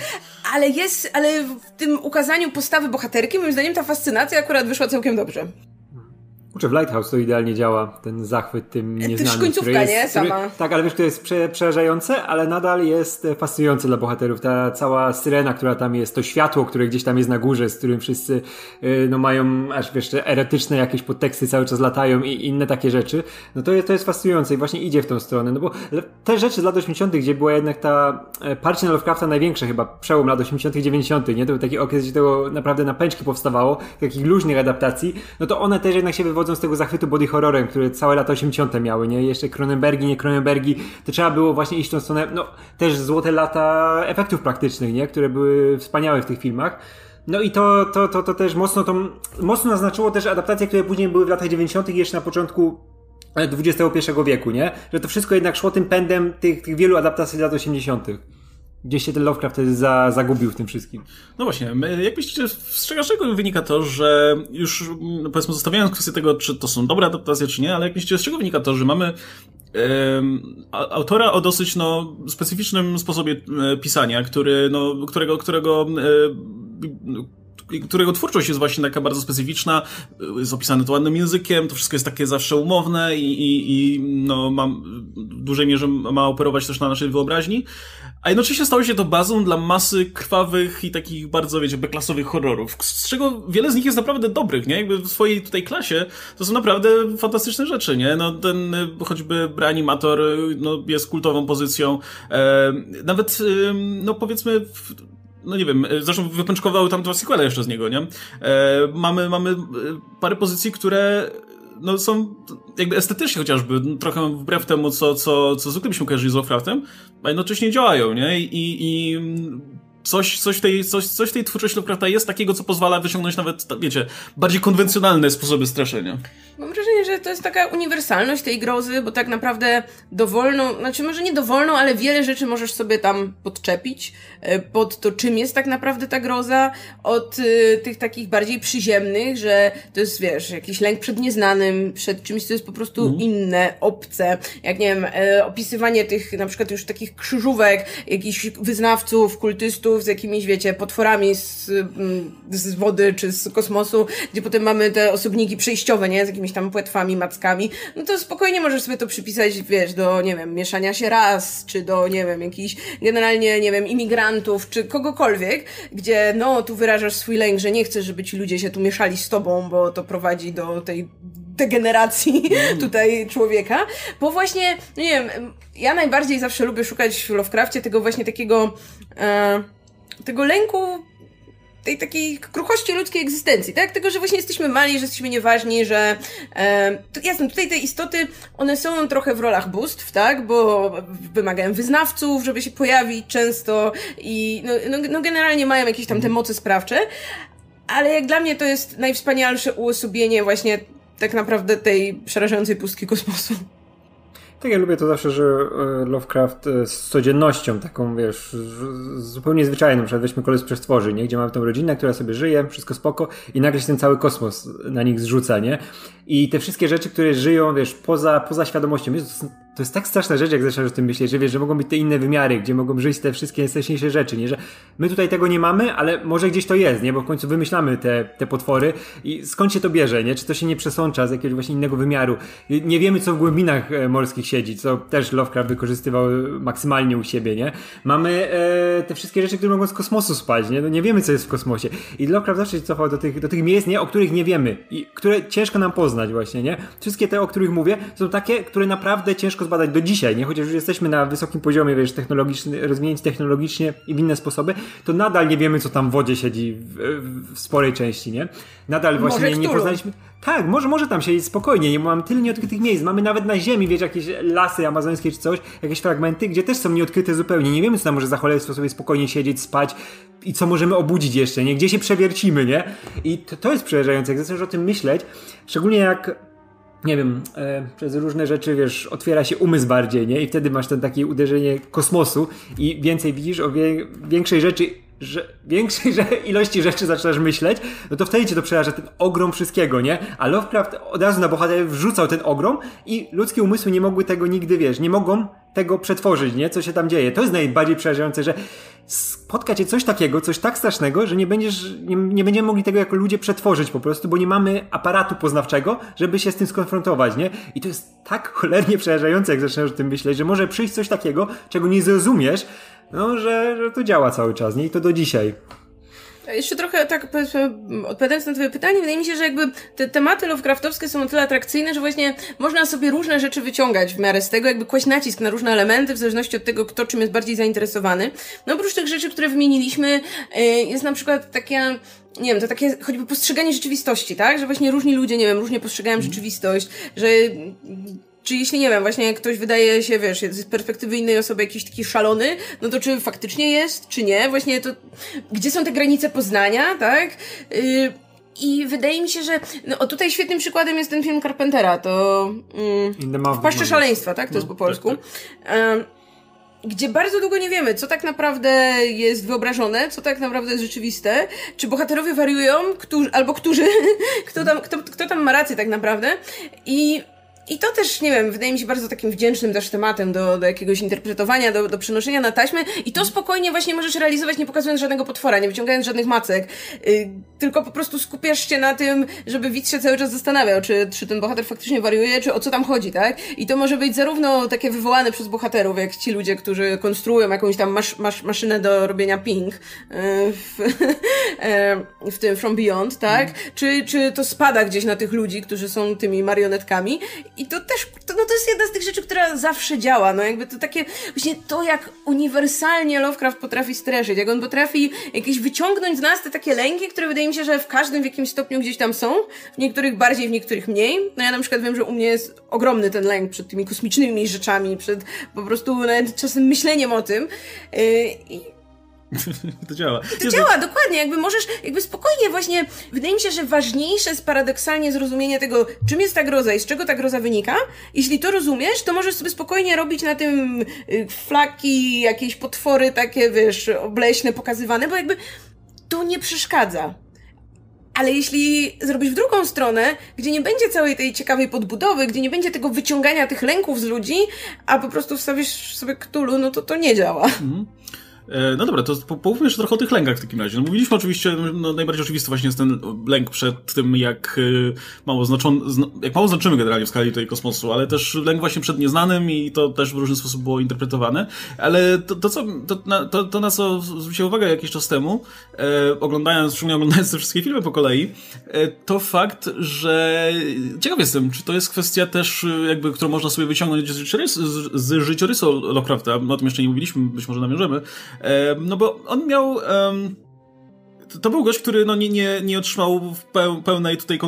ale w tym ukazaniu postawy bohaterki, moim zdaniem ta fascynacja akurat wyszła całkiem dobrze. Kurczę, w Lighthouse to idealnie działa, ten zachwyt tym nieznanym. Też końcówka, nie? Sama. Tak, ale wiesz, to jest przerażające, ale nadal jest fascynujące dla bohaterów. Ta cała syrena, która tam jest, to światło, które gdzieś tam jest na górze, z którym wszyscy no mają aż wiesz, erotyczne jakieś podteksty cały czas latają i inne takie rzeczy, no to jest fascynujące i właśnie idzie w tą stronę, no bo te rzeczy z lat 80., gdzie była jednak ta parcie na Lovecrafta największa chyba, przełom lat 80., 90., nie? To był taki okres, gdzie tego naprawdę na pęczki powstawało, takich luźnych adaptacji, no to one też jednak się wywodzą z tego zachwytu body horrorem, które całe lata 80. miały, nie? Jeszcze Cronenbergi, nie Cronenbergi, to trzeba było właśnie iść w tą stronę, no też złote lata efektów praktycznych, nie? Które były wspaniałe w tych filmach. No i to też mocno naznaczyło też adaptacje, które później były w latach 90. i jeszcze na początku XXI wieku, nie? Że to wszystko jednak szło tym pędem tych wielu adaptacji lat 80. Gdzieś się ten Lovecraft wtedy zagubił w tym wszystkim. No właśnie, jak myślicie, z czego wynika to, że już, no powiedzmy, zostawiając kwestię tego, czy to są dobre adaptacje, czy nie, ale jak myślicie, z czego wynika to, że mamy autora o dosyć, specyficznym sposobie pisania, którego twórczość jest właśnie taka bardzo specyficzna, jest opisane to ładnym językiem, to wszystko jest takie zawsze umowne i w dużej mierze ma operować też na naszej wyobraźni, a jednocześnie stało się to bazą dla masy krwawych i takich bardzo, wiecie, B-klasowych horrorów, z czego wiele z nich jest naprawdę dobrych, nie? Jakby w swojej tutaj klasie to są naprawdę fantastyczne rzeczy, nie? No ten choćby Reanimator, jest kultową pozycją, nawet, powiedzmy, nie wiem, zresztą wypęczkowały tam dwa sequele jeszcze z niego, nie? Mamy parę pozycji, które są jakby estetycznie chociażby, trochę wbrew temu, co zwykle byśmy kojarzyli z Lovecraftem, a jednocześnie działają, nie? I coś w tej twórczości Lovecrafta jest takiego, co pozwala wyciągnąć nawet, wiecie, bardziej konwencjonalne sposoby straszenia. Mam wrażenie, że to jest taka uniwersalność tej grozy, bo tak naprawdę dowolną, może nie dowolną, ale wiele rzeczy możesz sobie tam podczepić pod to, czym jest tak naprawdę ta groza, od tych takich bardziej przyziemnych, że to jest, wiesz, jakiś lęk przed nieznanym, przed czymś, co jest po prostu inne, obce, jak nie wiem, opisywanie tych na przykład już takich krzyżówek, jakichś wyznawców, kultystów z jakimiś, wiecie, potworami z wody czy z kosmosu, gdzie potem mamy te osobniki przejściowe, nie, z jakimiś tam płetwami, mackami, no to spokojnie możesz sobie to przypisać, wiesz, do, nie wiem, mieszania się ras, czy do, nie wiem, jakichś generalnie, nie wiem, imigrantów, czy kogokolwiek, gdzie, tu wyrażasz swój lęk, że nie chcesz, żeby ci ludzie się tu mieszali z tobą, bo to prowadzi do tej degeneracji tutaj człowieka, bo właśnie, no nie wiem, ja najbardziej zawsze lubię szukać w Lovecrafcie tego właśnie takiego tego lęku, tej takiej kruchości ludzkiej egzystencji, tak? Tego, że właśnie jesteśmy mali, że jesteśmy nieważni, że jasne, tutaj te istoty, one są trochę w rolach bóstw, tak? Bo wymagają wyznawców, żeby się pojawić często i no generalnie mają jakieś tam te moce sprawcze, ale jak dla mnie to jest najwspanialsze uosobienie właśnie tak naprawdę tej przerażającej pustki kosmosu. Tak, ja lubię to zawsze, że Lovecraft z codziennością taką, wiesz, zupełnie zwyczajną, na przykład weźmy Kolej z Przestworzy, nie? Gdzie mamy tą rodzinę, która sobie żyje, wszystko spoko i nagle się ten cały kosmos na nich zrzuca, nie? I te wszystkie rzeczy, które żyją, wiesz, poza świadomością. To jest tak straszna rzecz, jak zaczynasz o tym myśleć, że wiesz, że mogą być te inne wymiary, gdzie mogą żyć te wszystkie najstraszniejsze rzeczy, nie? Że my tutaj tego nie mamy, ale może gdzieś to jest, nie? Bo w końcu wymyślamy te potwory i skąd się to bierze, nie? Czy to się nie przesącza z jakiegoś właśnie innego wymiaru? Nie wiemy, co w głębinach morskich siedzi, co też Lovecraft wykorzystywał maksymalnie u siebie, nie? Mamy te wszystkie rzeczy, które mogą z kosmosu spać, nie? No nie wiemy, co jest w kosmosie. I Lovecraft zawsze się cofał do tych miejsc, nie? O których nie wiemy i które ciężko nam poznać właśnie, nie? Wszystkie te, o których mówię, są takie, które naprawdę ciężko zbadać do dzisiaj, nie? Chociaż już jesteśmy na wysokim poziomie, wiesz, rozwinięci technologicznie i w inne sposoby, to nadal nie wiemy, co tam w wodzie siedzi w sporej części, nie? Nadal właśnie nie poznaliśmy... Tak, może tam siedzieć spokojnie, nie? Bo mamy tyle nieodkrytych miejsc, mamy nawet na ziemi, wiesz, jakieś lasy amazońskie czy coś, jakieś fragmenty, gdzie też są nieodkryte zupełnie, nie wiemy, co tam może za cholerstwo sobie spokojnie siedzieć, spać i co możemy obudzić jeszcze, nie? Gdzie się przewiercimy, nie? I to jest przerażające, jak zaczynasz o tym myśleć, szczególnie jak nie wiem, przez różne rzeczy, wiesz, otwiera się umysł bardziej, nie? I wtedy masz ten takie uderzenie kosmosu i więcej widzisz o większej ilości rzeczy zaczynasz myśleć, no to wtedy cię to przeraża, ten ogrom wszystkiego, nie? A Lovecraft od razu na bohaterów wrzucał ten ogrom i ludzkie umysły nie mogły tego nigdy, wiesz, nie mogą tego przetworzyć, nie? Co się tam dzieje. To jest najbardziej przerażające, że spotka cię coś takiego, coś tak strasznego, że nie będziemy mogli tego jako ludzie przetworzyć po prostu, bo nie mamy aparatu poznawczego, żeby się z tym skonfrontować, nie? I to jest tak cholernie przerażające, jak zaczynasz o tym myśleć, że może przyjść coś takiego, czego nie zrozumiesz, no, że to działa cały czas, nie? I to do dzisiaj. Jeszcze trochę tak odpowiadając na twoje pytanie, wydaje mi się, że jakby te tematy Lovecraftowskie są o tyle atrakcyjne, że właśnie można sobie różne rzeczy wyciągać w miarę z tego, jakby kłaść nacisk na różne elementy w zależności od tego, kto czym jest bardziej zainteresowany. No oprócz tych rzeczy, które wymieniliśmy, jest na przykład taka, nie wiem, to takie choćby postrzeganie rzeczywistości, tak? Że właśnie różni ludzie, nie wiem, różnie postrzegają rzeczywistość, że czy jeśli, nie wiem, właśnie jak ktoś wydaje się, wiesz, z perspektywy innej osoby jakiś taki szalony, no to czy faktycznie jest, czy nie? Właśnie to, gdzie są te granice poznania, tak? I wydaje mi się, że no tutaj świetnym przykładem jest ten film Carpentera, to W paszczy szaleństwa, tak? To jest po polsku. Gdzie bardzo długo nie wiemy, co tak naprawdę jest wyobrażone, co tak naprawdę jest rzeczywiste, czy bohaterowie wariują, kto tam ma rację tak naprawdę. I to też, nie wiem, wydaje mi się bardzo takim wdzięcznym też tematem do jakiegoś interpretowania, do przenoszenia na taśmę i to spokojnie właśnie możesz realizować, nie pokazując żadnego potwora, nie wyciągając żadnych macek, tylko po prostu skupiasz się na tym, żeby widz się cały czas zastanawiał, czy ten bohater faktycznie wariuje, czy o co tam chodzi, tak? I to może być zarówno takie wywołane przez bohaterów, jak ci ludzie, którzy konstruują jakąś tam maszynę do robienia ping w tym From Beyond, tak? Czy to spada gdzieś na tych ludzi, którzy są tymi marionetkami. I to też, to jest jedna z tych rzeczy, która zawsze działa, no jakby to takie, właśnie to jak uniwersalnie Lovecraft potrafi straszyć, jak on potrafi jakieś wyciągnąć z nas te takie lęki, które wydaje mi się, że w każdym w jakimś stopniu gdzieś tam są, w niektórych bardziej, w niektórych mniej. No ja na przykład wiem, że u mnie jest ogromny ten lęk przed tymi kosmicznymi rzeczami, przed po prostu nawet czasem myśleniem o tym. To działa. To działa, dokładnie, jakby możesz, jakby spokojnie właśnie, wydaje mi się, że ważniejsze jest paradoksalnie zrozumienie tego, czym jest ta groza i z czego ta groza wynika. Jeśli to rozumiesz, to możesz sobie spokojnie robić na tym flaki, jakieś potwory takie, wiesz, obleśne, pokazywane, bo jakby to nie przeszkadza. Ale jeśli zrobisz w drugą stronę, gdzie nie będzie całej tej ciekawej podbudowy, gdzie nie będzie tego wyciągania tych lęków z ludzi, a po prostu wstawisz sobie Cthulhu, no to nie działa. No dobra, to powiedzmy jeszcze trochę o tych lękach w takim razie. No, mówiliśmy oczywiście, no, najbardziej oczywisty właśnie jest ten lęk przed tym, jak mało znaczymy generalnie w skali tutaj kosmosu, ale też lęk właśnie przed nieznanym i to też w różny sposób było interpretowane. Ale to na co zwróciłem uwagę jakiś czas temu, oglądając te wszystkie filmy po kolei, to fakt, że ciekaw jestem, czy to jest kwestia też jakby, którą można sobie wyciągnąć z życiorysu Lovecrafta, o tym jeszcze nie mówiliśmy, być może nawiążemy, no bo on miał... To był gość, który no nie otrzymał pełnej tutaj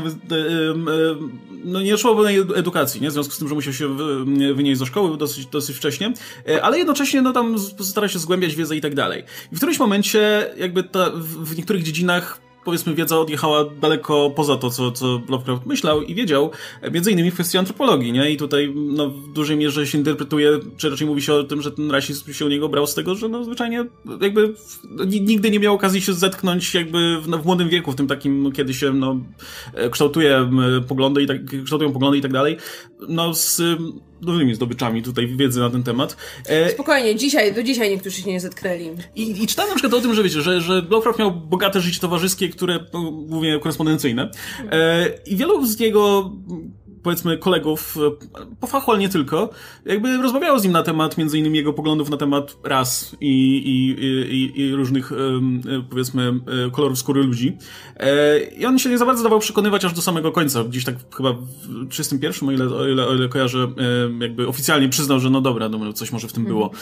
nie otrzymał pełnej edukacji, nie? W związku z tym, że musiał się wynieść ze szkoły dosyć wcześnie, ale jednocześnie no tam stara się zgłębiać wiedzę i tak dalej. I w którymś momencie jakby w niektórych dziedzinach powiedzmy wiedza odjechała daleko poza to, co Lovecraft myślał i wiedział, między innymi w kwestii antropologii, nie? I tutaj no, w dużej mierze się interpretuje, czy raczej mówi się o tym, że ten rasizm się u niego brał z tego, że no zwyczajnie jakby nigdy nie miał okazji się zetknąć jakby w młodym wieku, w tym takim, kiedy się no, kształtują poglądy i tak dalej, no z nowymi zdobyczami tutaj wiedzy na ten temat. Spokojnie, do dzisiaj niektórzy się nie zetknęli. I czytałem na przykład o tym, że wiecie, że Lovecraft miał bogate życie towarzyskie, które głównie korespondencyjne. I wielu z jego powiedzmy kolegów po fachu, ale nie tylko, jakby rozmawiało z nim na temat między innymi jego poglądów na temat ras i różnych powiedzmy kolorów skóry ludzi. I on się nie za bardzo dawał przekonywać aż do samego końca. Gdzieś tak chyba w 31, o ile kojarzę, jakby oficjalnie przyznał, że no dobra, coś może w tym było.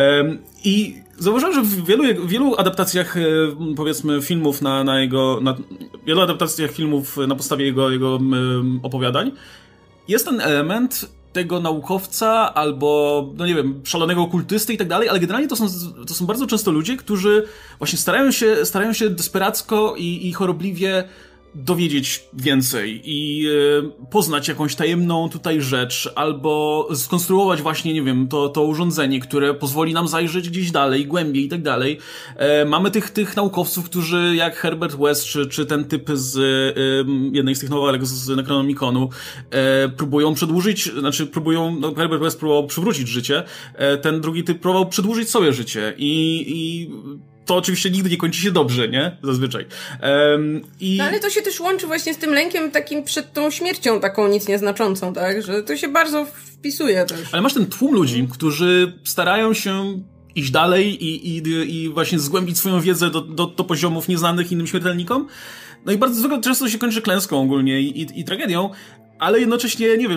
I zauważyłem, że w wielu adaptacjach powiedzmy filmów wielu adaptacjach filmów na podstawie jego opowiadań jest ten element tego naukowca albo, no nie wiem, szalonego okultysty i tak dalej, ale generalnie to są bardzo często ludzie, którzy właśnie starają się desperacko i chorobliwie dowiedzieć więcej i poznać jakąś tajemną tutaj rzecz, albo skonstruować właśnie, nie wiem, to urządzenie, które pozwoli nam zajrzeć gdzieś dalej, głębiej i tak dalej. Mamy tych naukowców, którzy jak Herbert West, czy ten typ z jednej z tych nowelek z Necronomiconu, próbują Herbert West próbował przywrócić życie, ten drugi typ próbował przedłużyć sobie życie i to oczywiście nigdy nie kończy się dobrze, nie? Zazwyczaj. No ale to się też łączy właśnie z tym lękiem takim przed tą śmiercią taką nic nieznaczącą, tak? Że to się bardzo wpisuje też. Ale masz ten tłum ludzi, którzy starają się iść dalej i właśnie zgłębić swoją wiedzę do poziomów nieznanych innym śmiertelnikom. No i bardzo często się kończy klęską ogólnie i tragedią, ale jednocześnie nie wiem,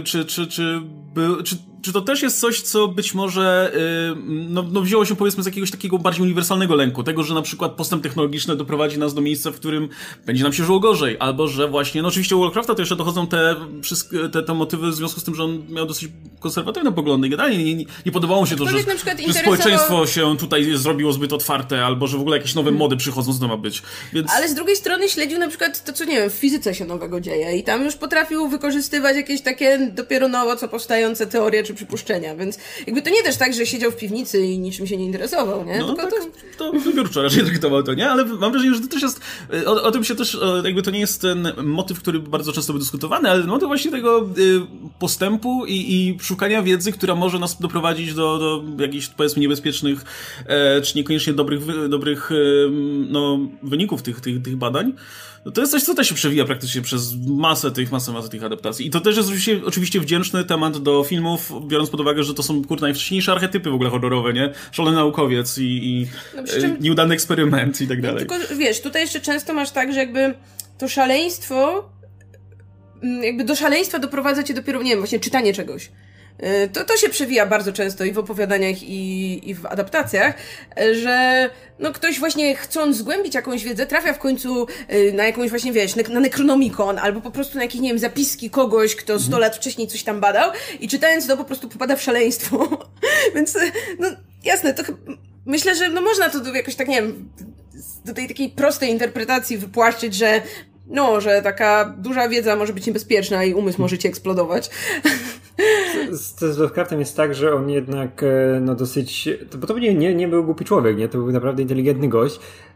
czy to też jest coś, co być może no wzięło się powiedzmy z jakiegoś takiego bardziej uniwersalnego lęku, tego, że na przykład postęp technologiczny doprowadzi nas do miejsca, w którym będzie nam się żyło gorzej, albo że właśnie, no oczywiście u Lovecrafta to jeszcze dochodzą te motywy w związku z tym, że on miał dosyć konserwatywne poglądy i generalnie nie podobało mu się to, że społeczeństwo się tutaj zrobiło zbyt otwarte, albo że w ogóle jakieś nowe mody przychodzą, co to ma być. Więc... Ale z drugiej strony śledził na przykład to, co nie wiem, w fizyce się nowego dzieje i tam już potrafił wykorzystywać jakieś takie dopiero nowo co powstające teorie czy przypuszczenia, więc jakby to nie też tak, że siedział w piwnicy i niczym się nie interesował, nie? No tylko tak, to wybiórczo raczej traktował to, nie? Ale mam wrażenie, że to też jest, o tym się też, jakby to nie jest ten motyw, który bardzo często był dyskutowany, ale motyw właśnie tego postępu i szukania wiedzy, która może nas doprowadzić do jakichś, powiedzmy, niebezpiecznych, czy niekoniecznie dobrych wyników tych badań. No to jest coś, co też się przewija praktycznie przez masę tych adaptacji. I to też jest oczywiście wdzięczny temat do filmów, biorąc pod uwagę, że to są najwcześniejsze archetypy w ogóle horrorowe, nie? Szalony naukowiec i nieudany eksperyment i tak dalej. Tylko wiesz, tutaj jeszcze często masz tak, że jakby to szaleństwo, jakby do szaleństwa doprowadza cię dopiero, nie wiem, właśnie czytanie czegoś. To się przewija bardzo często i w opowiadaniach, i w adaptacjach, że no ktoś właśnie chcąc zgłębić jakąś wiedzę trafia w końcu na jakąś właśnie, wiesz, na Necronomicon albo po prostu na jakieś, nie wiem, zapiski kogoś, kto 100 lat wcześniej coś tam badał i czytając to po prostu popada w szaleństwo. Więc, no jasne, to myślę, że no można to jakoś tak, nie wiem, do tej takiej prostej interpretacji wypłaszczyć, że że taka duża wiedza może być niebezpieczna i umysł może ci eksplodować. Z Lovecraftem jest tak, że on jednak dosyć... Bo to nie był głupi człowiek, nie? To był naprawdę inteligentny gość,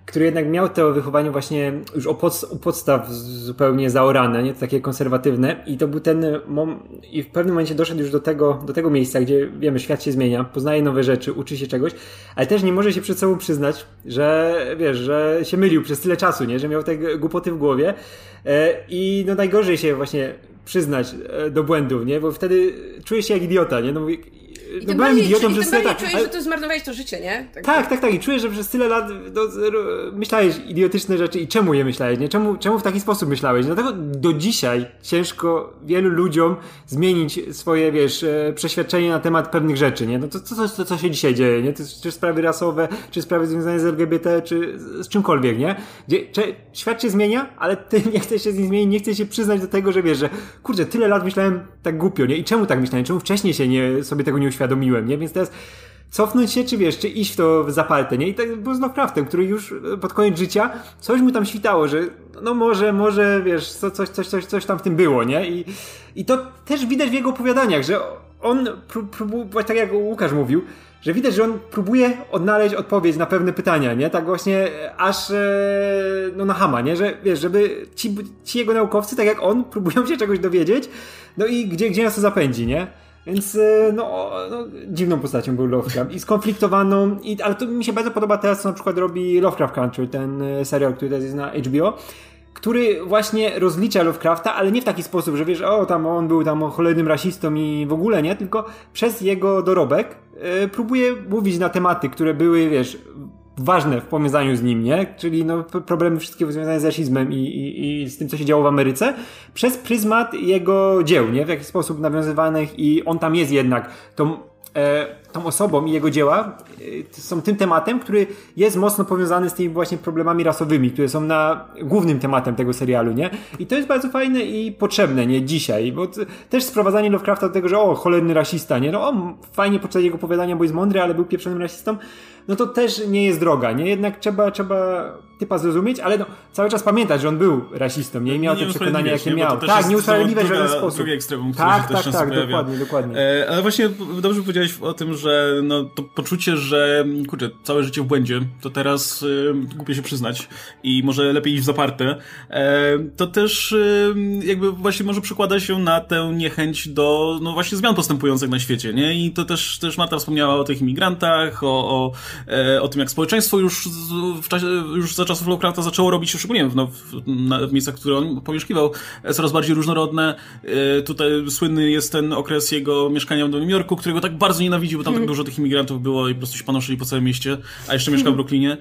który jednak miał to wychowanie właśnie już u podstaw zupełnie zaorane, nie? To takie konserwatywne i to był i w pewnym momencie doszedł już do tego miejsca, gdzie wiemy, świat się zmienia, poznaje nowe rzeczy, uczy się czegoś, ale też nie może się przed sobą przyznać, że wiesz, że się mylił przez tyle czasu, nie? Że miał te głupoty w głowie i no najgorzej się właśnie przyznać do błędów, nie? Bo wtedy czujesz się jak idiota, nie? No byłem idiotą przez tyle lat. Czujesz, że to zmarnowałeś to życie, nie? Tak. I czujesz, że przez tyle lat myślałeś idiotyczne rzeczy i czemu je myślałeś, nie? Czemu w taki sposób myślałeś? Dlatego do dzisiaj ciężko wielu ludziom zmienić swoje, wiesz, przeświadczenie na temat pewnych rzeczy, nie? No to co się dzisiaj dzieje, nie? Czy sprawy rasowe, czy sprawy związane z LGBT, czy z czymkolwiek, nie? Świat się zmienia, ale ty nie chcesz się z nim zmienić, nie chcesz się przyznać do tego, że wiesz, że kurczę, tyle lat myślałem tak głupio, nie? I czemu tak myślałem? Czemu wcześniej sobie tego nie uświadomiłem, nie? Więc teraz cofnąć się, czy wiesz, czy iść w to zaparte, nie? I tak było z Lovecraftem, który już pod koniec życia coś mu tam świtało, że no może, wiesz, coś tam w tym było, nie? I to też widać w jego opowiadaniach, że on próbuje, tak jak Łukasz mówił, że widać, że on próbuje odnaleźć odpowiedź na pewne pytania, nie? Tak właśnie aż no na chama, nie? Że wiesz, żeby ci jego naukowcy, tak jak on, próbują się czegoś dowiedzieć, no i gdzie nas to zapędzi, nie? Więc no dziwną postacią był Lovecraft i skonfliktowaną, ale to mi się bardzo podoba teraz, co na przykład robi Lovecraft Country, ten serial, który teraz jest na HBO, który właśnie rozlicza Lovecrafta, ale nie w taki sposób, że wiesz, tam on był tam cholernym rasistą i w ogóle nie, tylko przez jego dorobek próbuje mówić na tematy, które były, wiesz, ważne w powiązaniu z nim, nie? Czyli no, problemy wszystkie związane z rasizmem i z tym, co się działo w Ameryce, przez pryzmat jego dzieł, nie? W jakiś sposób nawiązywanych i on tam jest jednak tą osobą i jego dzieła są tym tematem, który jest mocno powiązany z tymi właśnie problemami rasowymi, które są głównym tematem tego serialu, nie? I to jest bardzo fajne i potrzebne, nie? Dzisiaj, bo też sprowadzanie Lovecrafta do tego, że cholerny rasista, nie? No on fajnie podczas jego opowiadania, bo jest mądry, ale był pieprzonym rasistą, no to też nie jest droga, nie? Jednak trzeba typa zrozumieć, ale no, cały czas pamiętać, że on był rasistą, nie? I miał te przekonania, jakie miał. Tak, nie usprawiedliwiać w żaden sposób. Drugi ekstremum, który się też często pojawia. Dokładnie. Ale właśnie dobrze powiedziałeś o tym, że no, to poczucie, że kurczę, całe życie w błędzie, to teraz głupio się przyznać i może lepiej iść w zaparte, to też jakby właśnie może przekłada się na tę niechęć do no właśnie zmian postępujących na świecie, nie? I to też Marta wspomniała o tych imigrantach, o tym, jak społeczeństwo już za czasów Lovecrafta zaczęło robić się, szczególnie w miejscach, które on pomieszkiwał, coraz bardziej różnorodne. Tutaj słynny jest ten okres jego mieszkania w Nowym Jorku, którego tak bardzo nienawidził, bo tam tak dużo tych imigrantów było i po prostu się panoszyli po całym mieście, a jeszcze mieszkał w Brooklynie.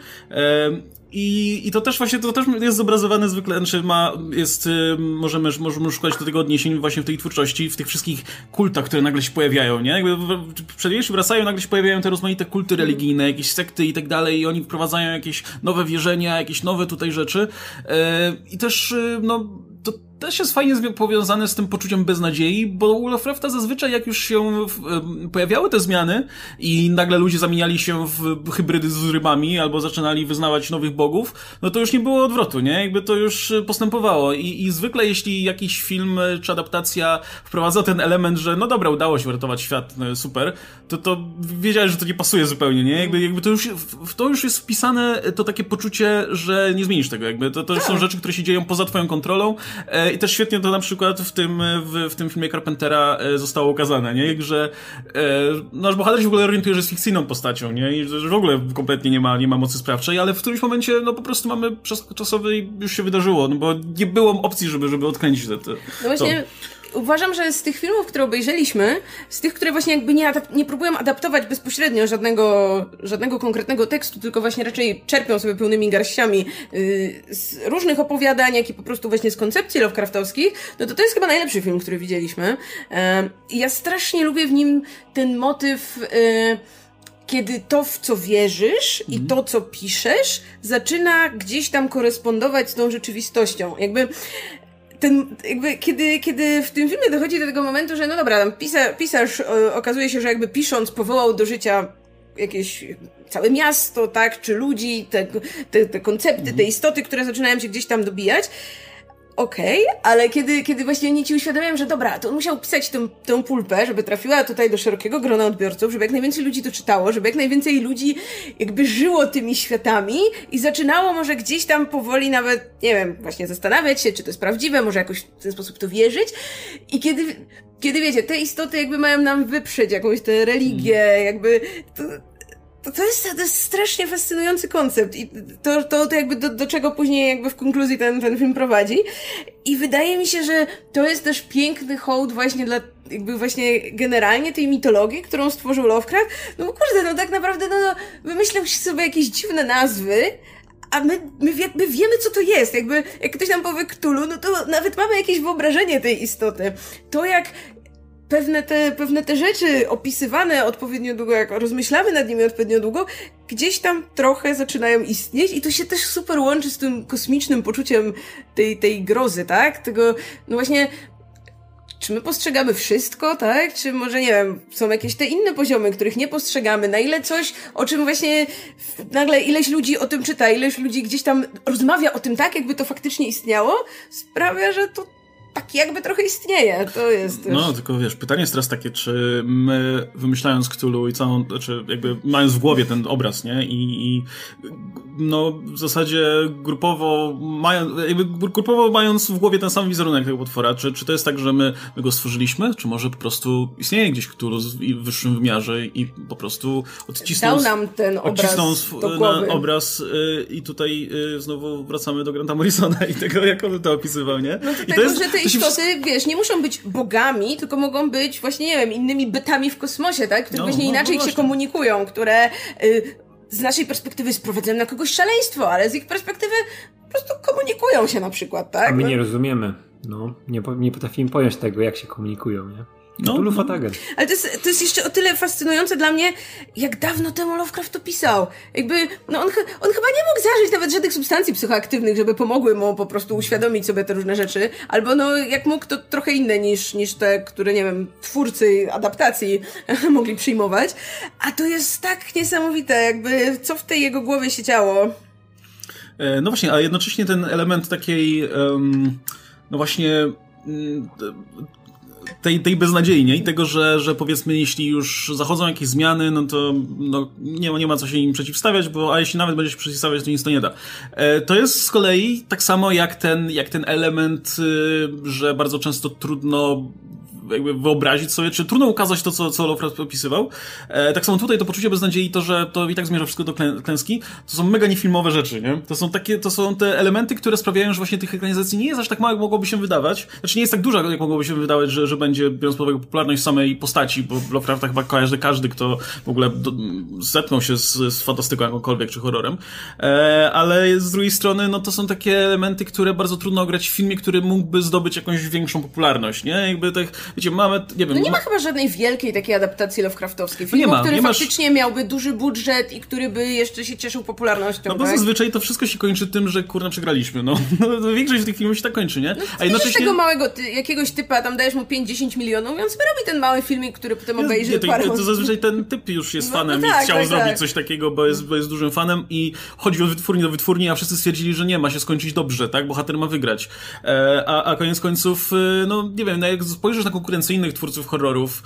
I to też właśnie, to też jest zobrazowane zwykle, znaczy możemy szukać do tego odniesień właśnie w tej twórczości, w tych wszystkich kultach, które nagle się pojawiają, nie? Jakby przedwieczni wracają, nagle się pojawiają te rozmaite kulty religijne, jakieś sekty i tak dalej i oni wprowadzają jakieś nowe wierzenia, jakieś nowe tutaj rzeczy i też, to też jest fajnie powiązane z tym poczuciem beznadziei, bo u Lovecrafta zazwyczaj jak już się pojawiały te zmiany i nagle ludzie zamieniali się w hybrydy z rybami albo zaczynali wyznawać nowych bogów, no to już nie było odwrotu, nie? Jakby to już postępowało i zwykle jeśli jakiś film czy adaptacja wprowadza ten element, że no dobra, udało się uratować świat, no super, to wiedziałeś, że to nie pasuje zupełnie, nie? Jakby to już jest wpisane to takie poczucie, że nie zmienisz tego, jakby to są rzeczy, które się dzieją poza twoją kontrolą. I też świetnie to na przykład w tym filmie Carpentera zostało ukazane, nie? Że nasz bohater się w ogóle orientuje, że jest fikcyjną postacią, nie? I że w ogóle kompletnie nie ma mocy sprawczej, ale w którymś momencie no po prostu mamy przeskok czasowy i już się wydarzyło, no bo nie było opcji, żeby odkręcić to. No właśnie... Uważam, że z tych filmów, które obejrzeliśmy, z tych, które właśnie jakby nie próbują adaptować bezpośrednio żadnego konkretnego tekstu, tylko właśnie raczej czerpią sobie pełnymi garściami z różnych opowiadań, jak i po prostu właśnie z koncepcji Lovecraftowskich, no to jest chyba najlepszy film, który widzieliśmy. I ja strasznie lubię w nim ten motyw... kiedy to, w co wierzysz i to, co piszesz, zaczyna gdzieś tam korespondować z tą rzeczywistością. Kiedy w tym filmie dochodzi do tego momentu, że no dobra, tam pisarz okazuje się, że jakby pisząc powołał do życia jakieś całe miasto, tak, czy ludzi, te koncepty, te istoty, które zaczynają się gdzieś tam dobijać. okej, ale kiedy właśnie oni ci uświadamiają, że dobra, to on musiał pisać tę pulpę, żeby trafiła tutaj do szerokiego grona odbiorców, żeby jak najwięcej ludzi to czytało, żeby jak najwięcej ludzi jakby żyło tymi światami i zaczynało może gdzieś tam powoli nawet, nie wiem, właśnie zastanawiać się, czy to jest prawdziwe, może jakoś w ten sposób to wierzyć. I kiedy wiecie, te istoty jakby mają nam wyprzeć jakąś tę religię, jakby to jest strasznie fascynujący koncept i to jakby do czego później jakby w konkluzji ten film prowadzi. I wydaje mi się, że to jest też piękny hołd właśnie dla jakby właśnie generalnie tej mitologii, którą stworzył Lovecraft. No bo kurde, no tak naprawdę wymyślał sobie jakieś dziwne nazwy, a my wiemy, co to jest. Jakby, jak ktoś nam powie Cthulhu, no to nawet mamy jakieś wyobrażenie tej istoty. To jak pewne te rzeczy opisywane odpowiednio długo, jak rozmyślamy nad nimi odpowiednio długo, gdzieś tam trochę zaczynają istnieć i to się też super łączy z tym kosmicznym poczuciem tej grozy, tak? Tego, no właśnie, czy my postrzegamy wszystko, tak? Czy może, nie wiem, są jakieś te inne poziomy, których nie postrzegamy? Na ile coś, o czym właśnie nagle ileś ludzi o tym czyta, ileś ludzi gdzieś tam rozmawia o tym tak, jakby to faktycznie istniało, sprawia, że to tak jakby trochę istnieje, to jest też... No, tylko wiesz, pytanie jest teraz takie, czy my wymyślając Cthulhu i całą, czy jakby mając w głowie ten obraz, nie? I no, w zasadzie grupowo mając w głowie ten sam wizerunek tego potwora, czy to jest tak, że my go stworzyliśmy, czy może po prostu istnieje gdzieś Cthulhu w wyższym wymiarze i po prostu dał nam ten obraz i tutaj znowu wracamy do Granta Morrisona i tego, jak on to opisywał, nie? No to tego, że te istoty, wiesz, nie muszą być bogami, tylko mogą być właśnie, nie wiem, innymi bytami w kosmosie, tak? Które właśnie inaczej się komunikują, które z naszej perspektywy sprowadzają na kogoś szaleństwo, ale z ich perspektywy po prostu komunikują się na przykład, tak? A my nie rozumiemy. No, nie potrafimy pojąć tego, jak się komunikują, nie? Cthulhu Fatagen. Ale to jest jeszcze o tyle fascynujące dla mnie, jak dawno temu Lovecraft to pisał. Jakby, no on chyba nie mógł zażyć nawet żadnych substancji psychoaktywnych, żeby pomogły mu po prostu uświadomić sobie te różne rzeczy. Albo no, jak mógł, to trochę inne niż te, które, nie wiem, twórcy adaptacji mogli przyjmować. A to jest tak niesamowite, jakby co w tej jego głowie się działo. No właśnie, a jednocześnie ten element takiej, no właśnie... tej beznadziei, nie? I tego, że powiedzmy, jeśli już zachodzą jakieś zmiany, no to no, nie ma co się im przeciwstawiać, a jeśli nawet będzie się przeciwstawiać, to nic to nie da. To jest z kolei tak samo jak ten element, że bardzo często trudno jakby wyobrazić sobie, czy trudno ukazać to, co Lovecraft opisywał. Tak samo tutaj to poczucie beznadziei, to, że to i tak zmierza wszystko do klęski, to są mega niefilmowe rzeczy, nie? To są te elementy, które sprawiają, że właśnie tych ekranizacji nie jest aż tak mało, jak mogłoby się wydawać. Znaczy nie jest tak dużo, jak mogłoby się wydawać, że będzie, biorąc pod uwagę popularność samej postaci, bo Lovecrafta chyba kojarzy każdy, kto w ogóle zetknął się z fantastyką jakąkolwiek, czy horrorem. Ale z drugiej strony, no to są takie elementy, które bardzo trudno grać w filmie, który mógłby zdobyć jakąś większą popularność, nie? Jakby tak, wiecie, mamy, nie wiem... No nie ma chyba żadnej wielkiej takiej adaptacji Lovecraftowskiej filmu, który faktycznie miałby duży budżet i który by jeszcze się cieszył popularnością. No bo zazwyczaj to wszystko się kończy tym, że kurna przegraliśmy, no. Większość tych filmów się tak kończy, nie? No, a jednocześnie... tego małego, jakiegoś typa, tam dajesz mu 5-10 milionów i on sobie robi ten mały filmik, który potem obejrzy parę osób. To zazwyczaj ten typ już jest fanem i chciał zrobić coś takiego, bo jest dużym fanem i chodzi od wytwórni do wytwórni, a wszyscy stwierdzili, że nie, ma się skończyć dobrze, tak? Bohater ma wygrać. A koniec końców, no nie wiem, no jak spojrzysz na konkurencyjnych twórców horrorów,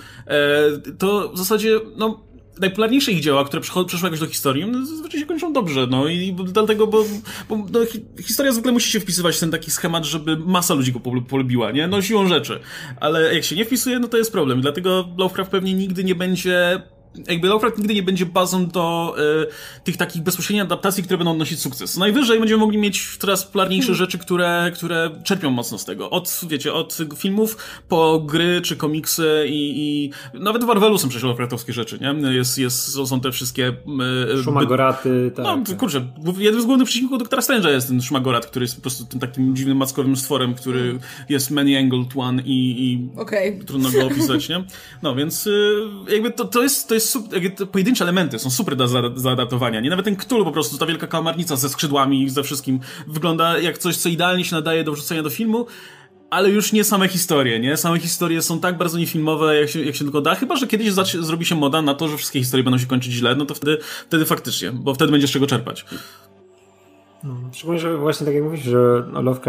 to w zasadzie, no, najpopularniejsze ich dzieła, które przeszły jakoś do historii, no, zazwyczaj się kończą dobrze, no i dlatego, bo no, historia zwykle musi się wpisywać w ten taki schemat, żeby masa ludzi go polubiła, nie? No siłą rzeczy. Ale jak się nie wpisuje, no to jest problem. Dlatego Lovecraft pewnie nigdy nie będzie... Lovecraft nigdy nie będzie bazą do tych takich bezpośrednich adaptacji, które będą odnosić sukces. Najwyżej będziemy mogli mieć coraz popularniejsze rzeczy, które czerpią mocno z tego. Od filmów po gry czy komiksy i nawet w Marvelu są przecież Lovecraftowskie rzeczy, nie? Są te wszystkie... Szmagoraty, tak. No, kurczę, jeden z głównych przeciwników Doktora Strange'a jest ten szmagorat, który jest po prostu tym takim dziwnym mackowym stworem, który jest many-angled one i trudno go opisać, nie? No, więc jakby to jest te pojedyncze elementy są super do zaadaptowania, nie? Nawet ten Cthulhu po prostu, ta wielka kałamarnica ze skrzydłami i ze wszystkim wygląda jak coś, co idealnie się nadaje do wrzucenia do filmu, ale już nie same historie, nie? Same historie są tak bardzo niefilmowe, jak się tylko da, chyba że kiedyś zrobi się moda na to, że wszystkie historie będą się kończyć źle, no to wtedy faktycznie, bo wtedy będzie z czego czerpać. No, szczególnie, że właśnie tak jak mówisz, że Lovecraft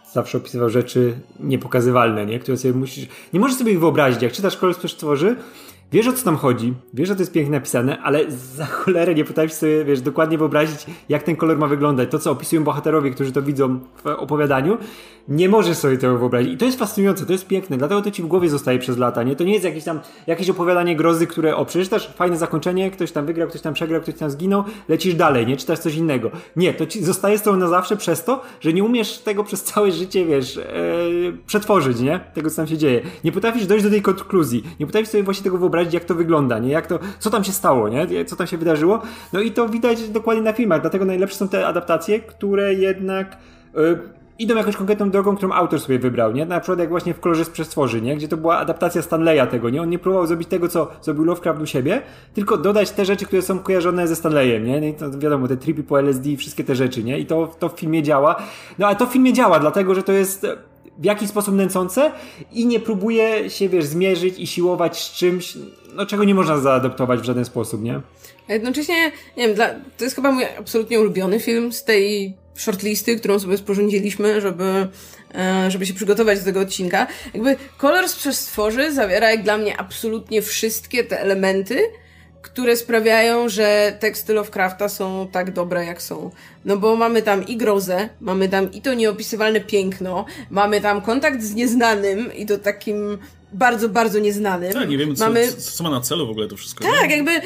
zawsze opisywał rzeczy niepokazywalne, nie? Które sobie nie możesz sobie ich wyobrazić. Jak czytasz Kolor z Przestworzy, wiesz, o co tam chodzi, wiesz, że to jest pięknie napisane, ale za cholerę nie potrafisz sobie, wiesz, dokładnie wyobrazić, jak ten kolor ma wyglądać. To, co opisują bohaterowie, którzy to widzą w opowiadaniu, nie możesz sobie tego wyobrazić. I to jest fascynujące, to jest piękne, dlatego to ci w głowie zostaje przez lata, nie? To nie jest jakieś opowiadanie grozy, które, przeczytasz, fajne zakończenie, ktoś tam wygrał, ktoś tam przegrał, ktoś tam zginął, lecisz dalej, nie? Czytasz coś innego. Nie, to ci zostaje z tobą na zawsze przez to, że nie umiesz tego przez całe życie, wiesz, przetworzyć, nie? Tego, co tam się dzieje. Nie potrafisz dojść do tej konkluzji, nie potrafisz sobie właśnie tego wyobrazić, jak to wygląda, nie? Co tam się stało, nie? Co tam się wydarzyło. No i to widać dokładnie na filmach, dlatego najlepsze są te adaptacje, które jednak idą jakąś konkretną drogą, którą autor sobie wybrał, nie? Na przykład jak właśnie w Kolorze z Przestworzy, nie? Gdzie to była adaptacja Stanleya tego, nie? On nie próbował zrobić tego, co zrobił Lovecraft u siebie, tylko dodać te rzeczy, które są kojarzone ze Stanleyem, nie? No i to wiadomo, te tripy po LSD i wszystkie te rzeczy, nie? I to w filmie działa. No ale to w filmie działa, dlatego, że to jest w jakiś sposób nęcące i nie próbuje się, wiesz, zmierzyć i siłować z czymś, no czego nie można zaadaptować w żaden sposób, nie? A jednocześnie, nie wiem, to jest chyba mój absolutnie ulubiony film z tej shortlisty, którą sobie sporządziliśmy, żeby się przygotować do tego odcinka. Jakby Kolor z Przestworzy zawiera jak dla mnie absolutnie wszystkie te elementy, które sprawiają, że teksty Lovecrafta są tak dobre, jak są. No bo mamy tam i grozę, mamy tam i to nieopisywalne piękno, mamy tam kontakt z nieznanym i to takim bardzo, bardzo nieznanym. Tak, nie wiemy, co ma na celu w ogóle to wszystko. Tak, nie? jakby...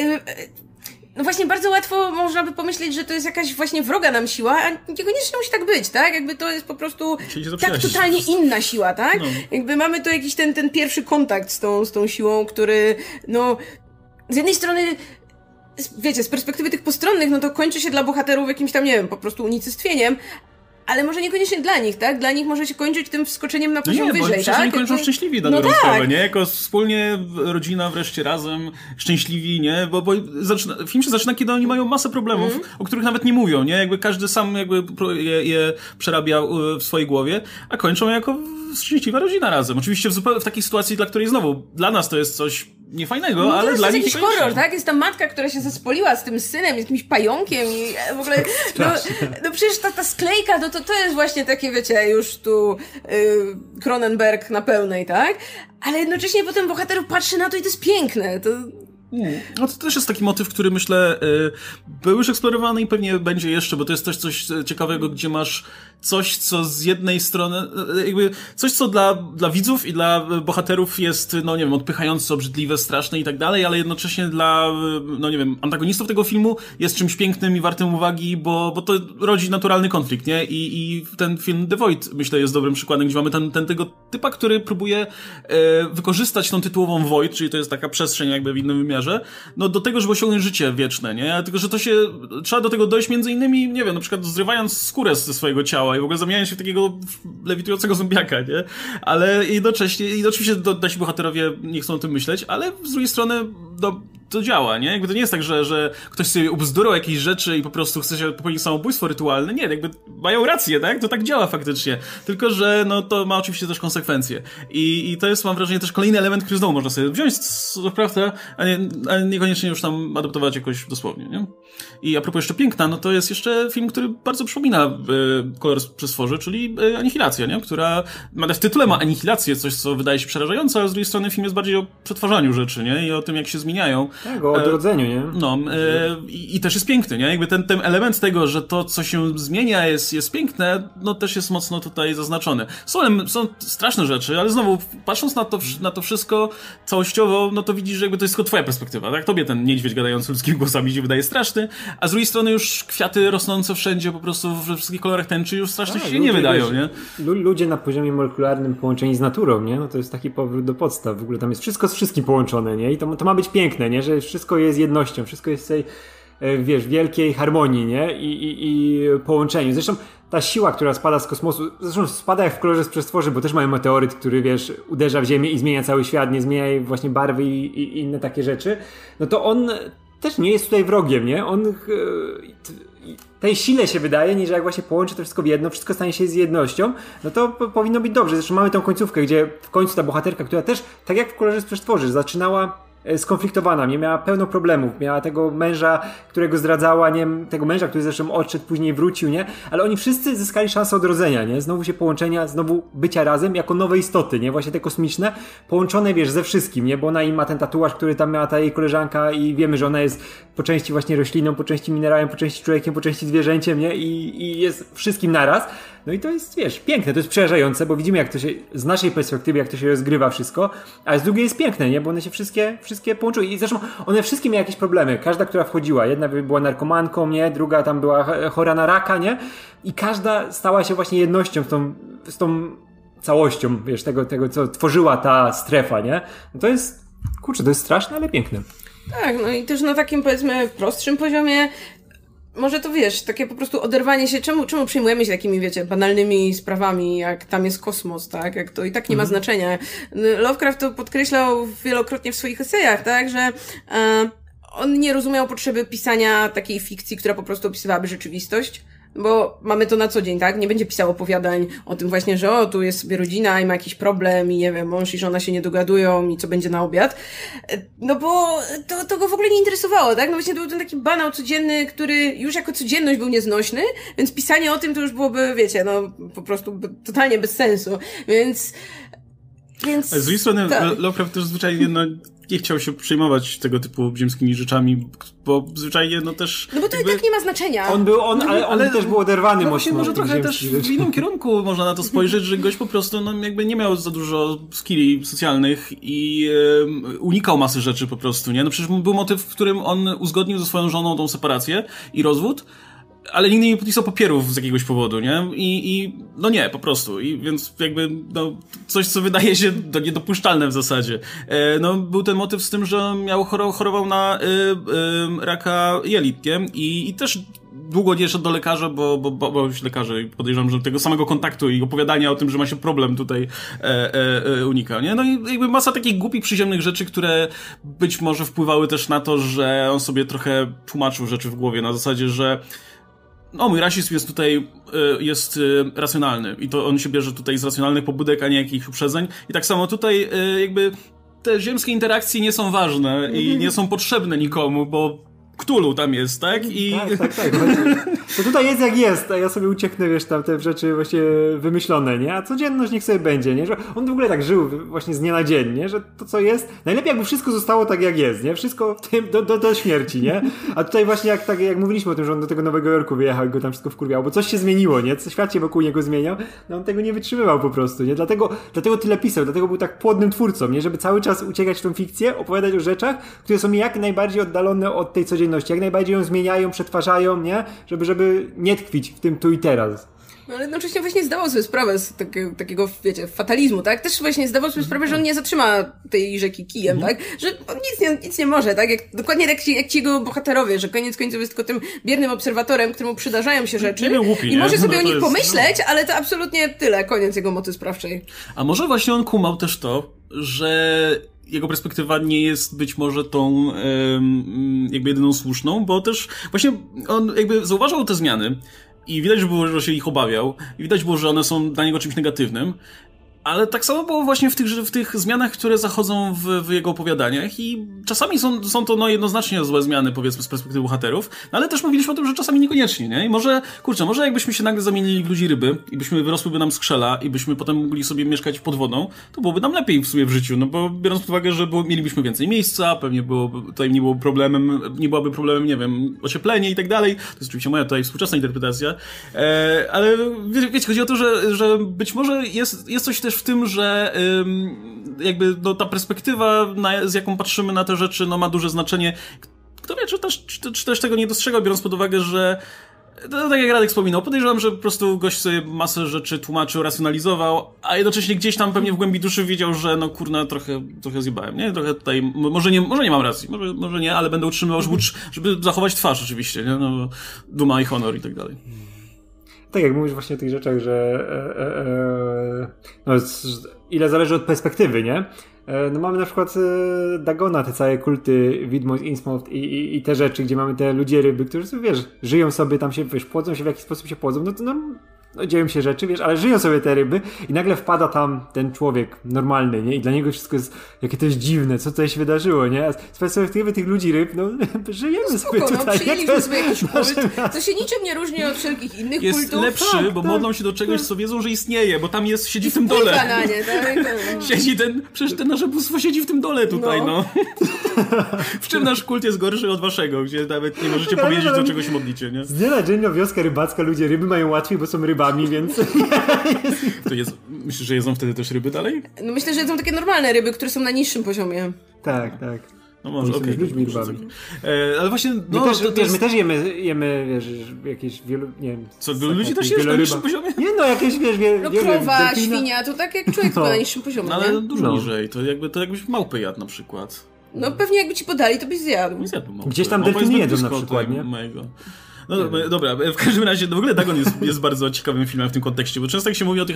No właśnie bardzo łatwo można by pomyśleć, że to jest jakaś właśnie wroga nam siła, a niekoniecznie musi tak być, tak? Jakby to jest po prostu tak totalnie inna siła, tak? No. Jakby mamy tu jakiś ten pierwszy kontakt z tą siłą, który, no, z jednej strony, wiecie, z perspektywy tych postronnych, no to kończy się dla bohaterów jakimś tam, nie wiem, po prostu unicestwieniem, ale może niekoniecznie dla nich, tak? Dla nich może się kończyć tym wskoczeniem na poziom wyżej, tak? Oni kończą szczęśliwi na dobrą sprawę, nie? Jako wspólnie rodzina wreszcie razem, szczęśliwi, nie? Bo film się zaczyna, kiedy oni mają masę problemów, o których nawet nie mówią, nie? Jakby każdy sam jakby je przerabia w swojej głowie, a kończą jako szczęśliwa rodzina razem. Oczywiście w takiej sytuacji, dla której znowu, dla nas to jest coś niefajnego, no, ale dla nich to jest jakiś horror, tak? Jest ta matka, która się zespoliła z tym synem, z jakimś pająkiem i w ogóle, no przecież ta sklejka, no to jest właśnie takie, wiecie, już tu Cronenberg na pełnej, tak? Ale jednocześnie potem bohater patrzy na to i to jest piękne, to... No to też jest taki motyw, który myślę był już eksplorowany i pewnie będzie jeszcze, bo to jest też coś ciekawego, gdzie masz coś, co z jednej strony, jakby coś, co dla widzów i dla bohaterów jest, no nie wiem, odpychające, obrzydliwe, straszne i tak dalej, ale jednocześnie dla, no nie wiem, antagonistów tego filmu jest czymś pięknym i wartym uwagi, bo to rodzi naturalny konflikt, nie? I ten film The Void, myślę, jest dobrym przykładem, gdzie mamy tego typa, który próbuje wykorzystać tą tytułową Void, czyli to jest taka przestrzeń jakby w innym wymiarze, no do tego, żeby osiągnąć życie wieczne, nie? Tylko, że trzeba do tego dojść między innymi, nie wiem, na przykład zrywając skórę ze swojego ciała i w ogóle zamieniając się w takiego lewitującego zombiaka, nie? Ale jednocześnie, i oczywiście nasi bohaterowie nie chcą o tym myśleć, ale z drugiej strony, to działa, nie? Jakby to nie jest tak, że ktoś sobie ubzdurał jakieś rzeczy i po prostu chce się popełnić samobójstwo rytualne. Nie, jakby mają rację, tak? To tak działa faktycznie. Tylko, że no to ma oczywiście też konsekwencje. I to jest, mam wrażenie, też kolejny element, który znowu można sobie wziąć z Lovecrafta, a niekoniecznie już tam adaptować jakoś dosłownie, nie? I a propos jeszcze piękna, no to jest jeszcze film, który bardzo przypomina Kolor z Przestworzy, czyli Anihilacja, nie? Która w tytule ma Anihilację, coś, co wydaje się przerażające, a z drugiej strony film jest bardziej o przetwarzaniu rzeczy, nie? I o tym, jak się zmieniają. Tak, o odrodzeniu, nie? No, i też jest piękny, nie? Jakby ten element tego, że to, co się zmienia, jest piękne, no też jest mocno tutaj zaznaczony. Są straszne rzeczy, ale znowu, patrząc na to wszystko całościowo, no to widzisz, że jakby to jest tylko twoja perspektywa, tak? Tobie ten niedźwiedź gadający ludzkimi głosami się wydaje straszny, a z drugiej strony już kwiaty rosnące wszędzie, po prostu we wszystkich kolorach tęczy już strasznie się nie wydają, nie? Ludzie na poziomie molekularnym połączeni z naturą, nie? No to jest taki powrót do podstaw. W ogóle tam jest wszystko z wszystkim połączone, nie? I to ma być piękne, nie? Że wszystko jest jednością, wszystko jest w tej, wiesz, wielkiej harmonii, nie? I połączeniu. Zresztą ta siła, która spada z kosmosu, zresztą spada jak w Kolorze z Przestworzy, bo też mamy meteoryt, który, wiesz, uderza w Ziemię i zmienia cały świat, nie zmienia jej właśnie barwy i inne takie rzeczy, no to on też nie jest tutaj wrogiem, nie? On tej sile się wydaje, nie, że jak właśnie połączy to wszystko w jedno, wszystko stanie się z jednością, no to powinno być dobrze. Zresztą mamy tą końcówkę, gdzie w końcu ta bohaterka, która też, tak jak w Kolorze z Przestworzy, zaczynała skonfliktowana, nie? Miała pełno problemów, miała tego męża, którego zdradzała, nie? Tego męża, który zresztą odszedł, później wrócił, nie? Ale oni wszyscy zyskali szansę odrodzenia, nie? Znowu się połączenia, znowu bycia razem jako nowe istoty, nie? Właśnie te kosmiczne, połączone, wiesz, ze wszystkim, nie? Bo ona im ma ten tatuaż, który tam miała ta jej koleżanka i wiemy, że ona jest po części właśnie rośliną, po części minerałem, po części człowiekiem, po części zwierzęciem, nie? I jest wszystkim naraz. No i to jest, wiesz, piękne, to jest przerażające, bo widzimy, jak to się, z naszej perspektywy, jak to się rozgrywa wszystko, ale z drugiej jest piękne, nie? Bo one się wszystkie połączyły i zresztą one wszystkie miały jakieś problemy. Każda, która wchodziła, jedna była narkomanką, nie? Druga tam była chora na raka, nie? I każda stała się właśnie jednością z tą całością, wiesz, tego, co tworzyła ta strefa, nie? No to jest, kurczę, to jest straszne, ale piękne. Tak, no i też na takim, powiedzmy, prostszym poziomie może to, wiesz, takie po prostu oderwanie się, czemu przejmujemy się takimi, wiecie, banalnymi sprawami, jak tam jest kosmos, tak? Jak to i tak nie ma znaczenia. Lovecraft to podkreślał wielokrotnie w swoich esejach, tak? Że on nie rozumiał potrzeby pisania takiej fikcji, która po prostu opisywałaby rzeczywistość. Bo mamy to na co dzień, tak? Nie będzie pisał opowiadań o tym właśnie, że tu jest sobie rodzina i ma jakiś problem i nie wiem, mąż i żona się nie dogadują i co będzie na obiad. No bo to go w ogóle nie interesowało, tak? No właśnie to był ten taki banał codzienny, który już jako codzienność był nieznośny, więc pisanie o tym to już byłoby, wiecie, no po prostu totalnie bez sensu. Więc z drugiej strony Lovecraft też zwyczajnie nie chciał się przejmować tego typu ziemskimi rzeczami, bo zwyczajnie też... No bo to jakby... i tak nie ma znaczenia. Ale też był oderwany no mocno. Może trochę też w innym kierunku można na to spojrzeć, że gość po prostu jakby nie miał za dużo skilli socjalnych i unikał masy rzeczy po prostu, nie? No przecież był motyw, w którym on uzgodnił ze swoją żoną tą separację i rozwód, ale nigdy nie podpisał papierów z jakiegoś powodu, nie? I no nie, po prostu. I więc jakby, coś, co wydaje się niedopuszczalne w zasadzie. Był ten motyw z tym, że chorował na raka jelit, nie? I też długo nie szedł do lekarza, bo lekarze podejrzewam, że tego samego kontaktu i opowiadania o tym, że ma się problem tutaj unika, nie? No i jakby masa takich głupich, przyziemnych rzeczy, które być może wpływały też na to, że on sobie trochę tłumaczył rzeczy w głowie na zasadzie, że mój rasizm jest tutaj, racjonalny i to on się bierze tutaj z racjonalnych pobudek, a nie jakichś uprzedzeń. I tak samo tutaj jakby te ziemskie interakcje nie są ważne i nie są potrzebne nikomu, bo Cthulhu tam jest, tak? Tak. To tutaj jest jak jest, a ja sobie ucieknę, wiesz, tam te rzeczy właśnie wymyślone, nie? A codzienność niech sobie będzie, nie? Że on w ogóle tak żył właśnie z dnia na dzień, nie? Że to, co jest, najlepiej jakby wszystko zostało tak jak jest, nie? Wszystko w tym do śmierci, nie? A tutaj właśnie jak mówiliśmy o tym, że on do tego Nowego Jorku wyjechał i go tam wszystko wkurwiał, bo coś się zmieniło, nie? Świat się wokół niego zmieniał, no on tego nie wytrzymywał po prostu, nie? Dlatego tyle pisał, dlatego był tak płodnym twórcą, nie? Żeby cały czas uciekać w tą fikcję, opowiadać o rzeczach, które są jak najbardziej oddalone od tej codzienności, jak najbardziej ją zmieniają, przetwarzają, nie? Żeby nie tkwić w tym tu i teraz. No ale jednocześnie właśnie zdawał sobie sprawę z takiego, wiecie, fatalizmu, tak? Też właśnie zdawał sobie sprawę, że on nie zatrzyma tej rzeki kijem, tak? Że on nic nie może, tak? Dokładnie jak ci jego bohaterowie, że koniec końców jest tylko tym biernym obserwatorem, któremu przydarzają się rzeczy i może sobie o nich pomyśleć, ale to absolutnie tyle, koniec jego mocy sprawczej. A może właśnie on kumał też to, że jego perspektywa nie jest być może tą jakby jedyną słuszną, bo też właśnie on jakby zauważał te zmiany i widać było, że się ich obawiał i widać było, że one są dla niego czymś negatywnym, ale tak samo było właśnie w tych zmianach, które zachodzą w jego opowiadaniach i czasami są to jednoznacznie złe zmiany, powiedzmy, z perspektywy bohaterów, no ale też mówiliśmy o tym, że czasami niekoniecznie, nie? I może jakbyśmy się nagle zamienili w ludzi ryby i wyrosłyby nam skrzela i byśmy potem mogli sobie mieszkać pod wodą, to byłoby nam lepiej w sumie w życiu, no bo biorąc pod uwagę, że mielibyśmy więcej miejsca, pewnie tutaj nie byłoby problemem, nie wiem, ocieplenie i tak dalej. To jest oczywiście moja tutaj współczesna interpretacja, ale wiecie, chodzi o to, że być może jest coś też w tym, że jakby ta perspektywa, z jaką patrzymy na te rzeczy, ma duże znaczenie. Kto wie, czy też tego nie dostrzegał, biorąc pod uwagę, że tak jak Radek wspominał, podejrzewam, że po prostu gość sobie masę rzeczy tłumaczył, racjonalizował, a jednocześnie gdzieś tam pewnie w głębi duszy wiedział, że kurna, trochę zjebałem, nie? Trochę tutaj, może nie mam racji, może nie, ale będę utrzymywał, żeby zachować twarz oczywiście, nie? No, duma i honor i tak dalej. Tak jak mówisz właśnie o tych rzeczach, że ile zależy od perspektywy, nie? No mamy na przykład Dagona, te całe kulty Widmo z Innsmouth i te rzeczy, gdzie mamy te ludzie ryby, którzy sobie, wiesz, żyją sobie, tam się, wiesz, płodzą się, w jaki sposób się płodzą, no no, dzieją się rzeczy, wiesz, ale żyją sobie te ryby i nagle wpada tam ten człowiek normalny, nie? I dla niego wszystko jest, jakie to jest dziwne, co tutaj się wydarzyło, nie? A z perspektywy tych ludzi ryb, no żyjemy sobie tutaj. No, przyjęliśmy sobie jakiś kult, to się niczym nie różni od wszelkich innych kultów. Jest lepszy, bo modlą się do czegoś, co wiedzą, że istnieje, bo tam siedzi w tym dole. Siedzi przecież ten nasze bóstwo siedzi w tym dole tutaj, no. W czym nasz kult jest gorszy od waszego, gdzie nawet nie możecie powiedzieć, do czego się modlicie, nie? Z dnia na dzień, no, wioska rybacka, ludzie ryby mają łatwiej, bo są rybami, więc... To myślisz, że jedzą wtedy też ryby dalej? No myślę, że jedzą takie normalne ryby, które są na niższym poziomie. Tak. No może, okej. Ludźmi rybami. Ale właśnie... No, my też jemy, wiesz, jakieś wielu... Nie wiem... Co, ludzi też jest na niższym poziomie? Nie, no jakieś, wiesz... No krowa, świnia, to tak jak człowiek na niższym poziomie, no, ale nie? dużo niżej. To jakbyś małpy jadł na przykład. No pewnie jakby ci podali, to byś zjadł. Nie zjadł małpy. Gdzieś tam delfiny jedzą na przykład, nie? Mojego. No dobra, w każdym razie, w ogóle Dagon jest bardzo ciekawym filmem w tym kontekście, bo często jak się mówi o tych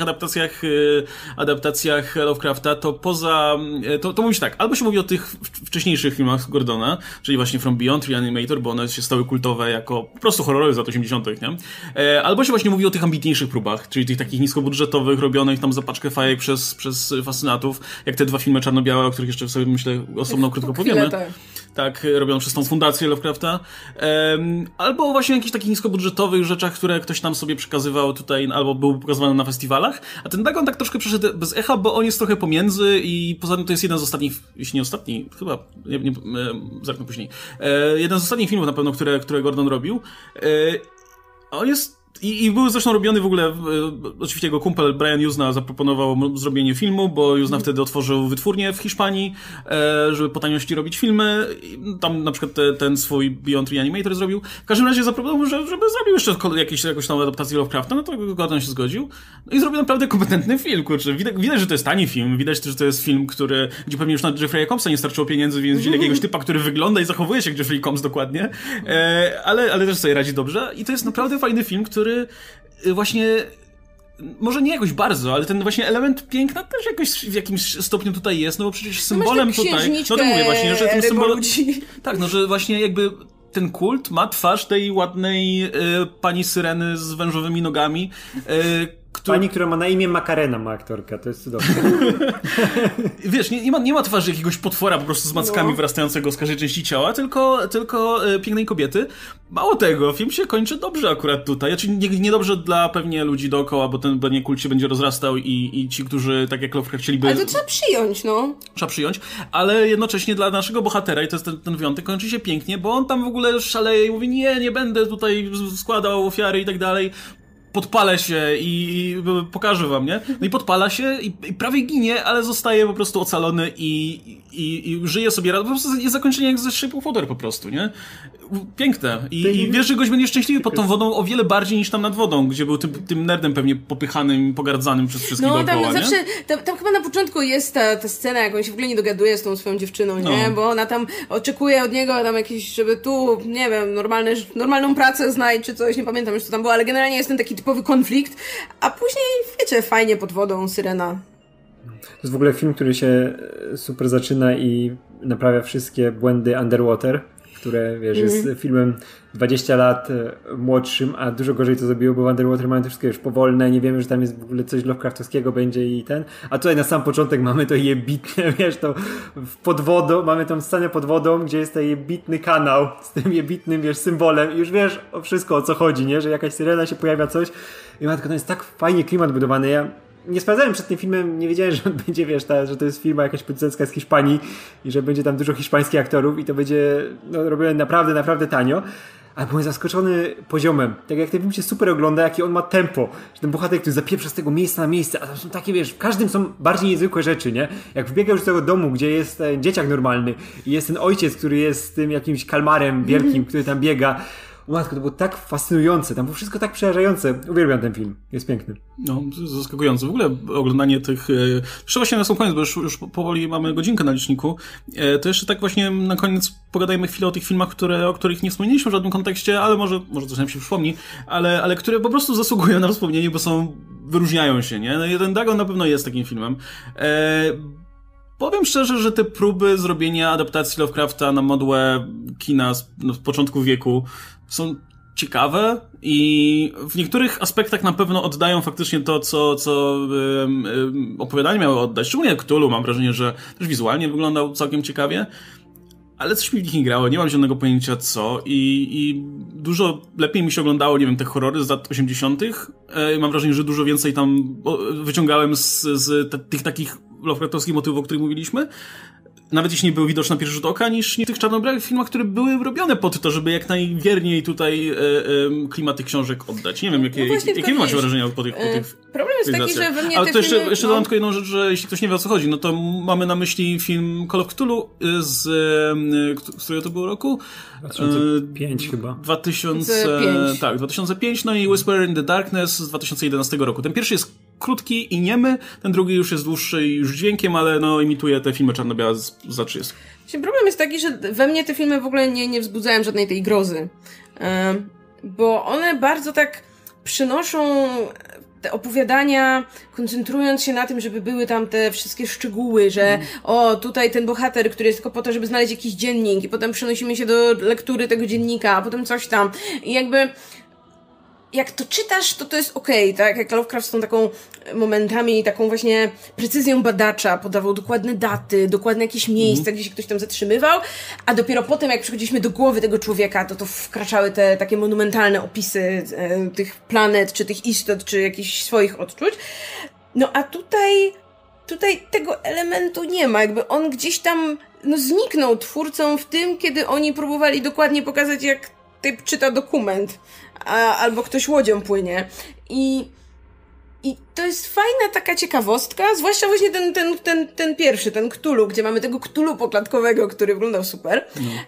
adaptacjach Lovecrafta, to to mówi się tak, albo się mówi o tych wcześniejszych filmach Gordona, czyli właśnie From Beyond, Reanimator, bo one się stały kultowe jako po prostu horrorowe z lat 80., nie? Albo się właśnie mówi o tych ambitniejszych próbach, czyli tych takich niskobudżetowych, robionych tam za paczkę fajek przez fascynatów, jak te dwa filmy czarno-białe, o których jeszcze sobie myślę osobno krótko powiemy. Tak, robią przez tą fundację Lovecrafta. Albo właśnie jakichś takich niskobudżetowych rzeczach, które ktoś tam sobie przekazywał tutaj, albo był pokazywany na festiwalach. A ten Dagon tak troszkę przeszedł bez echa, bo on jest trochę pomiędzy i poza tym to jest jeden z ostatnich, jeśli nie ostatni, chyba, zerknę później, jeden z ostatnich filmów na pewno, które Gordon robił. On jest I był zresztą robiony w ogóle, oczywiście jego kumpel Brian Yuzna zaproponował zrobienie filmu, bo Yuzna wtedy otworzył wytwórnię w Hiszpanii, żeby po taniości robić filmy. Tam na przykład ten swój Beyond Reanimator zrobił. W każdym razie zaproponował, żeby zrobił jeszcze jakąś tam adaptację Lovecrafta, no to Gordon się zgodził. No i zrobił naprawdę kompetentny film, kurczę. Widać, że to jest tani film, widać, że to jest film, gdzie pewnie już na Jeffrey'a Combsa nie starczyło pieniędzy, więc wzięli jakiegoś typa, który wygląda i zachowuje się jak Jeffrey Combs dokładnie, ale też sobie radzi dobrze. I to jest naprawdę fajny film, który właśnie, może nie jakoś bardzo, ale ten właśnie element piękna też jakoś w jakimś stopniu tutaj jest, no bo przecież symbolem tutaj, no to mówię właśnie, że tym symbolem, tak, no że właśnie jakby ten kult ma twarz tej ładnej pani syreny z wężowymi nogami, Pani, która ma na imię Makarena, ma aktorka, to jest cudowne. Wiesz, nie ma twarzy jakiegoś potwora po prostu z mackami wyrastającego z każdej części ciała, tylko pięknej kobiety. Mało tego, film się kończy dobrze akurat tutaj. Znaczy niedobrze dla pewnie ludzi dookoła, bo ten kult się będzie rozrastał i ci, którzy tak jak Lovecraft chcieliby... Ale to trzeba przyjąć, no. Trzeba przyjąć, ale jednocześnie dla naszego bohatera, i to jest ten wyjątek, kończy się pięknie, bo on tam w ogóle szaleje i mówi, nie będę tutaj składał ofiary i tak dalej. Podpalę się i pokażę wam, nie? No i podpala się i prawie ginie, ale zostaje po prostu ocalony i żyje sobie po prostu jest zakończenie jak ze Shape of Water po prostu, nie? Piękne. I wiesz, że gość będzie szczęśliwy pod tą wodą o wiele bardziej niż tam nad wodą, gdzie był tym nerdem pewnie popychanym, pogardzanym przez wszystkich dookoła, tam nie? zawsze, tam chyba na początku jest ta scena, jak on się w ogóle nie dogaduje z tą swoją dziewczyną, nie? Bo ona tam oczekuje od niego tam jakieś, żeby tu, nie wiem, normalną pracę znaleźć, czy coś, nie pamiętam już co tam było, ale generalnie jest ten taki typowy konflikt, a później, wiecie, fajnie pod wodą, syrena. To jest w ogóle film, który się super zaczyna i naprawia wszystkie błędy Underwater, które, wiesz, jest filmem 20 lat młodszym, a dużo gorzej to zrobiło, bo Underwater mają to wszystko już powolne, nie wiemy, że tam jest w ogóle coś Lovecraftowskiego będzie i a tutaj na sam początek mamy to jebitne, wiesz, to pod wodą, mamy tą scenę pod wodą, gdzie jest ten jebitny kanał z tym jebitnym, wiesz, symbolem i już wiesz wszystko o co chodzi, nie, że jakaś syrena się pojawia coś i matko, to jest tak fajnie klimat budowany, ja nie sprawdzałem przed tym filmem, nie wiedziałem, że on będzie, wiesz, że to jest firma jakaś producencka z Hiszpanii i że będzie tam dużo hiszpańskich aktorów i to będzie robione naprawdę, naprawdę tanio. Ale byłem zaskoczony poziomem. Tak jak ten film się super ogląda, jakie on ma tempo. Że ten bohater, który zapieprza z tego miejsca na miejsce, a tam są takie, wiesz, w każdym są bardziej niezwykłe rzeczy, nie? Jak wbiega już do tego domu, gdzie jest ten dzieciak normalny i jest ten ojciec, który jest tym jakimś kalmarem wielkim, który tam biega. Matko, to było tak fascynujące, tam było wszystko tak przerażające. Uwielbiam ten film, jest piękny. No, zaskakujące. W ogóle oglądanie tych... Jeszcze właśnie na sam koniec, bo już powoli mamy godzinkę na liczniku, to jeszcze tak właśnie na koniec pogadajmy chwilę o tych filmach, o których nie wspomnieliśmy w żadnym kontekście, ale może coś nam się przypomni, ale które po prostu zasługują na wspomnienie, bo wyróżniają się, nie? No, ten Dagon na pewno jest takim filmem. Powiem szczerze, że te próby zrobienia adaptacji Lovecrafta na modłę kina z początku wieku są ciekawe i w niektórych aspektach na pewno oddają faktycznie to, co opowiadania miały oddać. Szczególnie Cthulhu, mam wrażenie, że też wizualnie wyglądał całkiem ciekawie, ale coś mi w nich nie grało, nie mam żadnego pojęcia co i dużo lepiej mi się oglądało, nie wiem, te horrory z lat 80. Mam wrażenie, że dużo więcej tam wyciągałem z tych takich Lovecraftowskich motywów, o których mówiliśmy. Nawet jeśli nie były widoczne na pierwszy rzut oka, niż w tych czarno-białych filmach, które były robione pod to, żeby jak najwierniej tutaj klimat tych książek oddać. Nie wiem, jakie macie wrażenia po tych problem jest taki, że we mnie ale te to filmy... jeszcze dodam tylko jedną rzecz, że jeśli ktoś nie wie, o co chodzi, no to mamy na myśli film Call of Cthulhu z którego to było roku? 2005 chyba. 2005. Tak, 2005, no i Whisper in the Darkness z 2011 roku. Ten pierwszy jest krótki i niemy, ten drugi już jest dłuższy i już dźwiękiem, ale no imituje te filmy czarno-białe za 30. Problem jest taki, że we mnie te filmy w ogóle nie wzbudzają żadnej tej grozy. Bo one bardzo tak przynoszą te opowiadania, koncentrując się na tym, żeby były tam te wszystkie szczegóły, że tutaj ten bohater, który jest tylko po to, żeby znaleźć jakiś dziennik i potem przenosimy się do lektury tego dziennika, a potem coś tam. I jakby jak to czytasz, to jest okej, tak? Jak Lovecraft z tą taką momentami, taką właśnie precyzją badacza, podawał dokładne daty, dokładne jakieś miejsca, gdzie się ktoś tam zatrzymywał, a dopiero potem, jak przychodziliśmy do głowy tego człowieka, to wkraczały te takie monumentalne opisy tych planet, czy tych istot, czy jakichś swoich odczuć. No a tutaj tego elementu nie ma, jakby on gdzieś tam zniknął twórcom w tym, kiedy oni próbowali dokładnie pokazać, jak typ czyta dokument, albo ktoś łodzią płynie. I to jest fajna taka ciekawostka, zwłaszcza właśnie ten pierwszy, ten Cthulhu, gdzie mamy tego Cthulhu poklatkowego, który wyglądał super.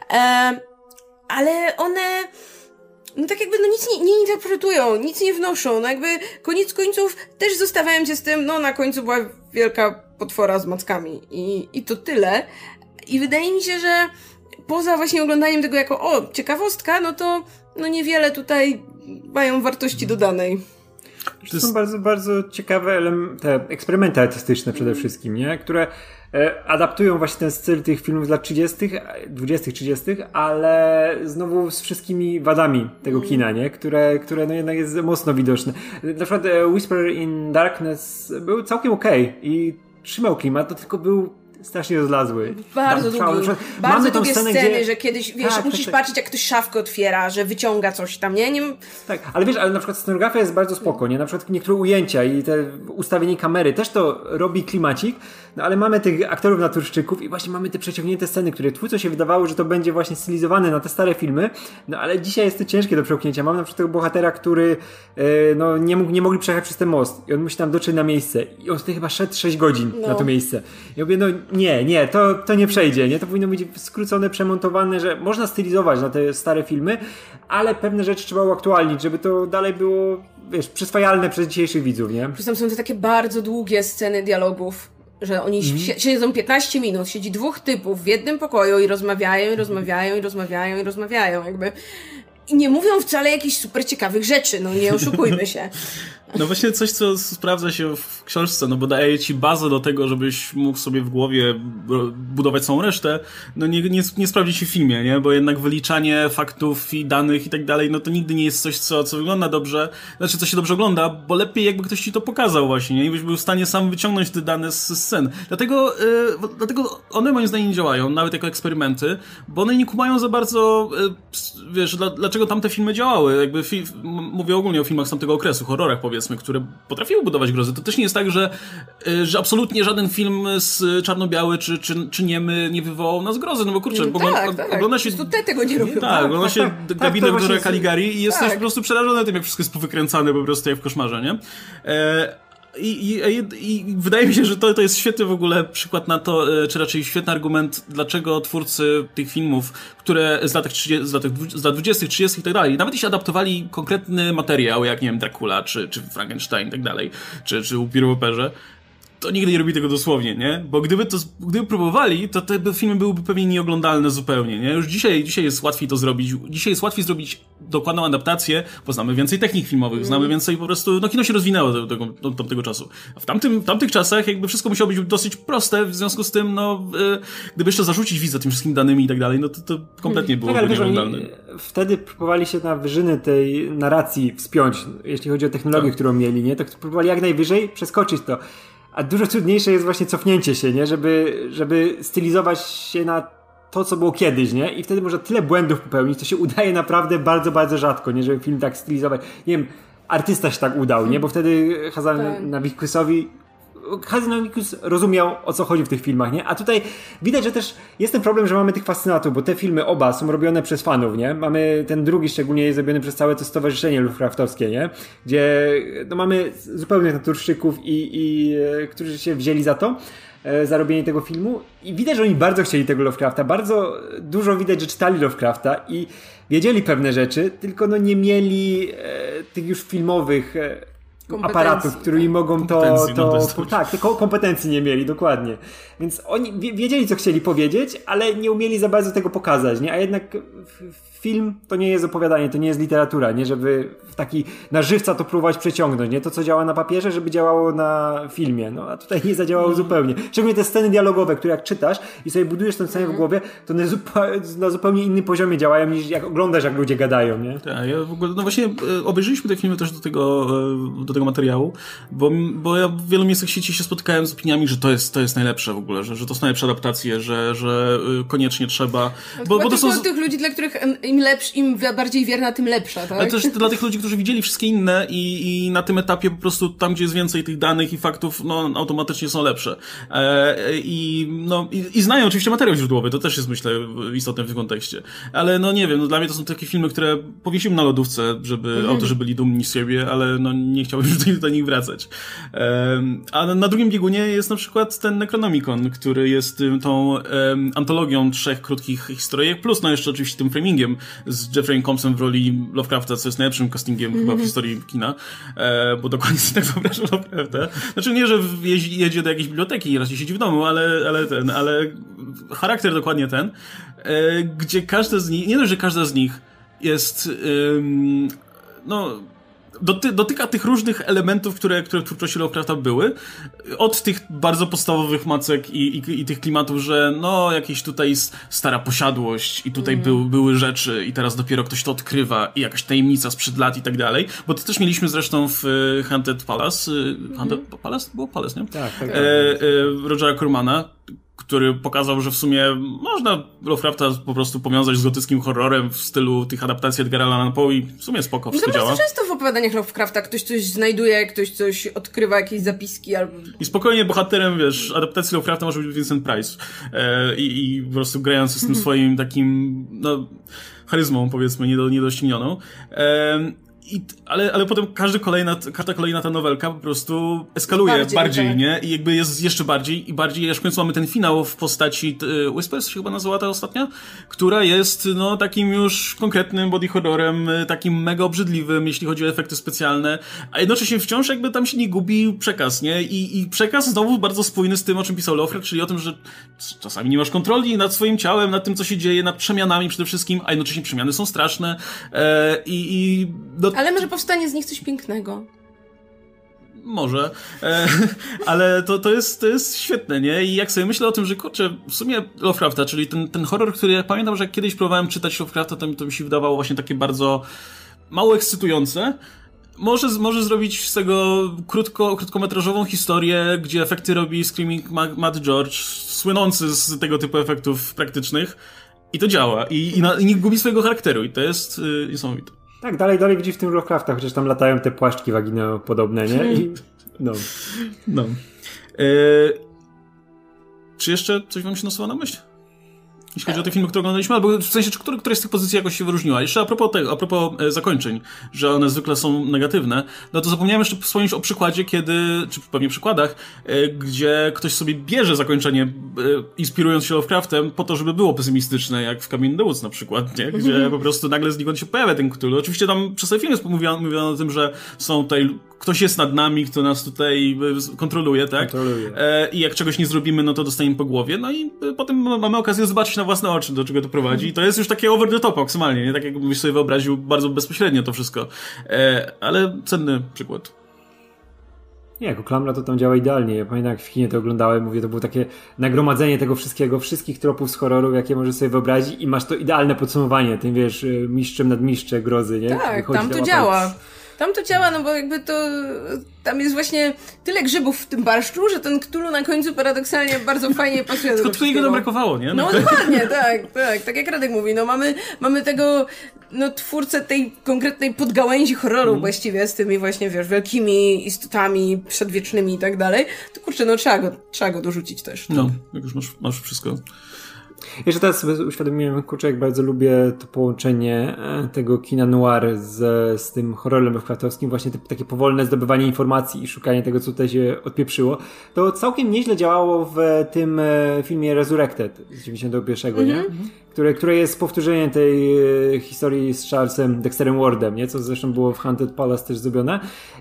Ale one tak jakby nic nie interpretują, nic nie wnoszą. No jakby koniec końców też zostawiałem cię z tym, na końcu była wielka potwora z mackami. I to tyle. I wydaje mi się, że poza właśnie oglądaniem tego jako ciekawostka, to niewiele tutaj mają wartości dodanej. To są bardzo, bardzo ciekawe te eksperymenty artystyczne przede wszystkim, nie? Które adaptują właśnie ten styl tych filmów z lat 30., 20., 30., ale znowu z wszystkimi wadami tego kina, nie? Które jednak jest mocno widoczne. Na przykład Whisper in Darkness był całkiem okej i trzymał klimat, to tylko był strasznie rozlazły. Bardzo długi. Bardzo długie sceny, że kiedyś, musisz patrzeć, jak ktoś szafkę otwiera, że wyciąga coś tam, nie? Tak, ale ale na przykład scenografia jest bardzo spoko, nie? Na przykład niektóre ujęcia i te ustawienie kamery też to robi klimacik, ale mamy tych aktorów naturszczyków i właśnie mamy te przeciągnięte sceny, które twórco się wydawało, że to będzie właśnie stylizowane na te stare filmy, ale dzisiaj jest to ciężkie do przełknięcia. Mamy na przykład tego bohatera, który nie mogli przejechać przez ten most i on musi tam dotrzeć na miejsce i on tutaj chyba szedł 6 godzin na to miejsce. I ja mówię, nie, to nie przejdzie, nie? To powinno być skrócone, przemontowane, że można stylizować na te stare filmy, ale pewne rzeczy trzeba uaktualnić, żeby to dalej było, przyswajalne przez dzisiejszych widzów, nie? Plus tam są te takie bardzo długie sceny dialogów, że oni siedzą 15 minut, siedzi dwóch typów w jednym pokoju i rozmawiają, jakby. I nie mówią wcale jakichś super ciekawych rzeczy, nie oszukujmy się. No właśnie coś, co sprawdza się w książce, bo daje ci bazę do tego, żebyś mógł sobie w głowie budować całą resztę, nie sprawdzi się w filmie, nie? Bo jednak wyliczanie faktów i danych i tak dalej, to nigdy nie jest coś, co wygląda dobrze, co się dobrze ogląda, bo lepiej jakby ktoś ci to pokazał właśnie, nie? I byś był w stanie sam wyciągnąć te dane z scen. Dlatego one moim zdaniem nie działają, nawet jako eksperymenty, bo one nie kumają za bardzo, dlaczego tamte filmy działały. Jakby mówię ogólnie o filmach z tamtego okresu, horrorach powiedzmy, które potrafiły budować grozę. To też nie jest tak, że absolutnie żaden film z czarno-biały czy niemy nie wywołał nas grozy, bo kurczę, ogląda się... tego nie robią. Tak, ogląda się gabinet doktora Caligari i jesteś po prostu przerażony tym, jak wszystko jest powykręcane po prostu jak w koszmarze, nie? I wydaje mi się, że to jest świetny w ogóle przykład na to, czy raczej świetny argument, dlaczego twórcy tych filmów, które z lat 20., 30. i tak dalej, nawet jeśli adaptowali konkretny materiał, jak nie wiem, Dracula, czy Frankenstein i tak dalej, czy Upiór w operze, to nigdy nie robi tego dosłownie, nie? Bo gdyby próbowali, to te filmy byłyby pewnie nieoglądalne zupełnie, nie? Już dzisiaj jest łatwiej to zrobić. Dzisiaj jest łatwiej zrobić dokładną adaptację, bo znamy więcej technik filmowych, znamy więcej po prostu, no kino się rozwinęło do tego czasu. A w tamtych czasach jakby wszystko musiało być dosyć proste, w związku z tym, no, gdyby jeszcze zarzucić widza tym wszystkimi danymi i tak dalej, no to kompletnie byłoby nieoglądalne. Wtedy próbowali się na wyżyny tej narracji wspiąć, jeśli chodzi o technologię, którą mieli, nie? To próbowali jak najwyżej przeskoczyć to. A dużo trudniejsze jest właśnie cofnięcie się, nie? Żeby stylizować się na to, co było kiedyś, nie? I wtedy można tyle błędów popełnić, to się udaje naprawdę bardzo, bardzo rzadko, nie? Żeby film tak stylizować. Nie wiem, artysta się tak udał, nie? Bo wtedy Hazanaviciusowi rozumiał, o co chodzi w tych filmach, nie? A tutaj widać, że też jest ten problem, że mamy tych fascynatów, bo te filmy oba są robione przez fanów, nie? Mamy ten drugi szczególnie jest robiony przez całe to stowarzyszenie Lovecraftowskie, nie? Gdzie no, mamy zupełnych naturszczyków którzy się wzięli za robienie tego filmu i widać, że oni bardzo chcieli tego Lovecrafta, bardzo dużo widać, że czytali Lovecrafta i wiedzieli pewne rzeczy, tylko no nie mieli tych już filmowych aparatów, którymi mogą te kompetencji nie mieli, dokładnie. Więc oni wiedzieli, co chcieli powiedzieć, ale nie umieli za bardzo tego pokazać, nie? A jednak film to nie jest opowiadanie, to nie jest literatura, nie? Żeby w taki na żywca to próbować przeciągnąć, nie? To, co działa na papierze, żeby działało na filmie, no a tutaj nie zadziałało zupełnie. Szczególnie te sceny dialogowe, które jak czytasz i sobie budujesz tę scenę w głowie, to na zupełnie innym poziomie działają, niż jak oglądasz, jak ludzie gadają, nie? Tak, ja w ogóle, no właśnie obejrzeliśmy te filmy też do tego materiału, bo ja w wielu miejscach sieci się spotkałem z opiniami, że to jest najlepsze w ogóle, że to są najlepsze adaptacje, że koniecznie trzeba... Bo to są tych ludzi, dla których im bardziej wierna, tym lepsza, tak? Ale też dla tych ludzi, którzy widzieli wszystkie inne i na tym etapie po prostu tam, gdzie jest więcej tych danych i faktów, no automatycznie są lepsze. I znają oczywiście materiał źródłowy, to też jest, myślę, istotne w tym kontekście. Ale no nie wiem, no dla mnie to są takie filmy, które powiesiłem na lodówce, żeby autorzy byli dumni z siebie, ale no nie chciałbym już do nich wracać. A na drugim biegunie jest na przykład ten Necronomicon, który jest tą antologią 3 krótkich historyjek, plus no jeszcze oczywiście tym framingiem z Jeffreyem Combsem w roli Lovecrafta, co jest najlepszym castingiem chyba w historii kina, bo dokładnie sobie tak wyobrażam Lovecrafta. Znaczy nie, że jedzie do jakiejś biblioteki i raczej siedzi w domu, ale charakter dokładnie ten, gdzie każda z nich, nie dość, że każda z nich jest dotyka tych różnych elementów, które w twórczości Lovecrafta były. Od tych bardzo podstawowych macek i tych klimatów, że no jakieś tutaj stara posiadłość i tutaj były rzeczy i teraz dopiero ktoś to odkrywa i jakaś tajemnica sprzed lat i tak dalej. Bo to też mieliśmy zresztą w Haunted Palace. Haunted Palace? Było Palace, nie? Tak. Rogera Cormana, który pokazał, że w sumie można Lovecrafta po prostu powiązać z gotyckim horrorem w stylu tych adaptacji Edgara Allana Poe i w sumie spoko, wszystko działa. Bardzo często w opowiadaniach Lovecrafta ktoś coś znajduje, ktoś coś odkrywa, jakieś zapiski albo... I spokojnie bohaterem, wiesz, adaptacji Lovecrafta może być Vincent Price. I po prostu grający z tym swoim takim, no, charyzmą, powiedzmy, niedoścignioną. Ale potem każda kolejna ta nowelka po prostu eskaluje bardziej, tak. Nie? I jakby jest jeszcze bardziej, aż w końcu mamy ten finał w postaci Whispers się chyba nazywała ta ostatnia, która jest, no, takim już konkretnym body horrorem, takim mega obrzydliwym, jeśli chodzi o efekty specjalne, a jednocześnie wciąż jakby tam się nie gubi przekaz, nie? I przekaz znowu bardzo spójny z tym, o czym pisał Lovecraft, czyli o tym, że czasami nie masz kontroli nad swoim ciałem, nad tym, co się dzieje, nad przemianami przede wszystkim, a jednocześnie przemiany są straszne ale może powstanie z nich coś pięknego. Może, ale to jest świetne, nie? I jak sobie myślę o tym, że kurczę, w sumie Lovecrafta, czyli ten horror, który ja pamiętam, że jak kiedyś próbowałem czytać Lovecrafta, to mi się wydawało właśnie takie bardzo mało ekscytujące. Może zrobić z tego krótkometrażową historię, gdzie efekty robi Screaming Mad George, słynący z tego typu efektów praktycznych, i to działa. I nie gubi swojego charakteru i to jest niesamowite. Tak, dalej widzisz w tym Lovecrafta, chociaż tam latają te płaszczki waginopodobne, nie? No. Czy jeszcze coś wam się nasuwa na myśl? Jeśli chodzi o te filmy, które oglądaliśmy, albo w sensie, któraś z tych pozycji jakoś się wyróżniła. Jeszcze a propos zakończeń, że one zwykle są negatywne, no to zapomniałem jeszcze wspomnieć o przykładzie, czy pewnie przykładach, gdzie ktoś sobie bierze zakończenie, inspirując się Lovecraftem, po to, żeby było pesymistyczne, jak w Cabin in the Woods na przykład, nie? Gdzie po prostu nagle znikąd się pojawia ten Cthulhu. Oczywiście tam przez ten film jest mówiono o tym, że są tutaj ktoś jest nad nami, kto nas tutaj kontroluje, tak? Kontroluje. I jak czegoś nie zrobimy, no to dostaniemy po głowie, no i potem mamy okazję zobaczyć na własne oczy, do czego to prowadzi. I to jest już takie over the top maksymalnie, nie? Tak jakbyś sobie wyobraził bardzo bezpośrednio to wszystko. Ale cenny przykład. Nie, jako klamra to tam działa idealnie. Ja pamiętam, jak w kinie to oglądałem, mówię, to było takie nagromadzenie tego wszystkiego, wszystkich tropów z horroru, jakie możesz sobie wyobrazić i masz to idealne podsumowanie, tym wiesz, mistrzem nad mistrze grozy, nie? Tak, tam to działa. Tam to działa, no bo jakby to... Tam jest właśnie tyle grzybów w tym barszczu, że ten Cthulhu na końcu paradoksalnie bardzo fajnie pasuje do tego Tylko jego nam brakowało, nie? No dokładnie, tak jak Radek mówi, no mamy tego, no twórcę tej konkretnej podgałęzi horroru właściwie, z tymi właśnie, wiesz, wielkimi istotami przedwiecznymi i tak dalej, to kurczę, no trzeba go dorzucić też. No, jak już masz wszystko. Jeszcze teraz sobie uświadomiłem, kurczę, jak bardzo lubię to połączenie tego kina noir z tym horrorem Lovecraftowskim, właśnie takie powolne zdobywanie informacji i szukanie tego, co tutaj się odpieprzyło. To całkiem nieźle działało w tym filmie Resurrected z 91, nie? Które jest powtórzeniem tej historii z Charlesem Dexterem Wardem, nie? Co zresztą było w Haunted Palace też zrobione.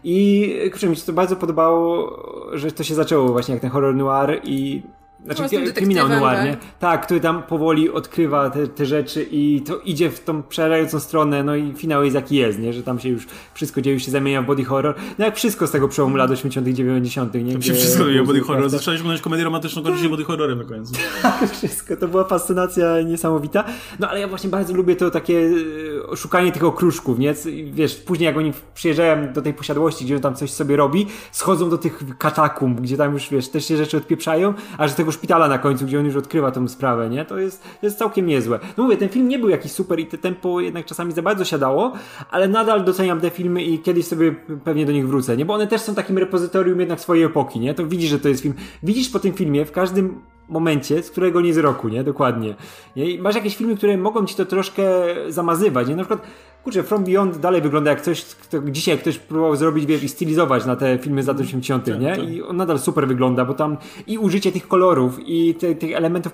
I kurczę, mi się to bardzo podobało, że to się zaczęło właśnie jak ten horror noir i znaczy kryminał noir, nie? Tak, który tam powoli odkrywa te rzeczy i to idzie w tą przerażającą stronę, no i finał jest jaki jest, nie? Że tam się już wszystko dzieje, już się zamienia w body horror. No jak wszystko z tego przełomu lat 80 90 nie? Tam się wszystko zamienia w body horror. Zaczęliśmy oglądać komedię romantyczną, kończy się body horrorem na końcu. Wszystko, to była fascynacja niesamowita. No ale ja właśnie bardzo lubię to takie szukanie tych okruszków, nie? Wiesz, później jak oni przyjeżdżają do tej posiadłości, gdzie on tam coś sobie robi, schodzą do tych katakumb, gdzie tam już, wiesz, też się rzeczy odpieprzają, a że tego szpitala na końcu, gdzie on już odkrywa tą sprawę, nie? To jest całkiem niezłe. No mówię, ten film nie był jakiś super i te tempo jednak czasami za bardzo siadało, ale nadal doceniam te filmy i kiedyś sobie pewnie do nich wrócę, nie? Bo one też są takim repozytorium jednak swojej epoki, nie? To widzisz, że to jest film. Widzisz po tym filmie w każdym momencie, z którego nie z roku, nie? Dokładnie. Nie? I masz jakieś filmy, które mogą ci to troszkę zamazywać, nie? Na przykład kurczę, From Beyond dalej wygląda jak coś, dzisiaj ktoś próbował zrobić, wiesz, i stylizować na te filmy z lat 80., nie? I on nadal super wygląda, bo tam i użycie tych kolorów i tych elementów,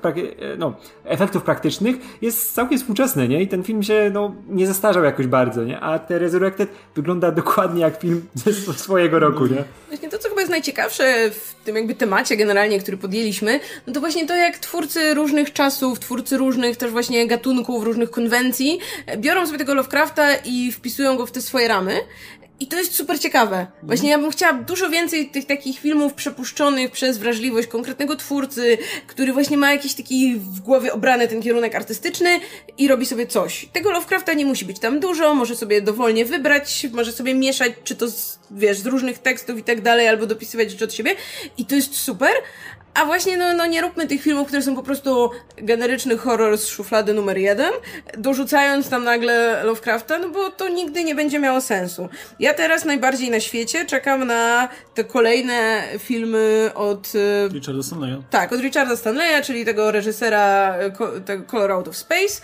efektów praktycznych jest całkiem współczesne, nie? I ten film się, nie zestarzał jakoś bardzo, nie? A te Resurrected wygląda dokładnie jak film ze swojego roku, nie? Właśnie to, co chyba jest najciekawsze w tym jakby temacie generalnie, który podjęliśmy, no to właśnie to, jak twórcy różnych czasów, twórcy różnych też właśnie gatunków, różnych konwencji biorą sobie tego Lovecrafta i wpisują go w te swoje ramy. I to jest super ciekawe. Właśnie ja bym chciała dużo więcej tych takich filmów przepuszczonych przez wrażliwość konkretnego twórcy, który właśnie ma jakiś taki w głowie obrany ten kierunek artystyczny i robi sobie coś. Tego Lovecrafta nie musi być tam dużo, może sobie dowolnie wybrać, może sobie mieszać, czy to z różnych tekstów i tak dalej, albo dopisywać rzeczy od siebie. I to jest super. A właśnie, nie róbmy tych filmów, które są po prostu generyczny horror z szuflady numer 1, dorzucając tam nagle Lovecrafta, no bo to nigdy nie będzie miało sensu. Ja teraz najbardziej na świecie czekam na te kolejne filmy od Richarda Stanleya. Tak, od Richarda Stanleya, czyli tego reżysera Color Out of Space.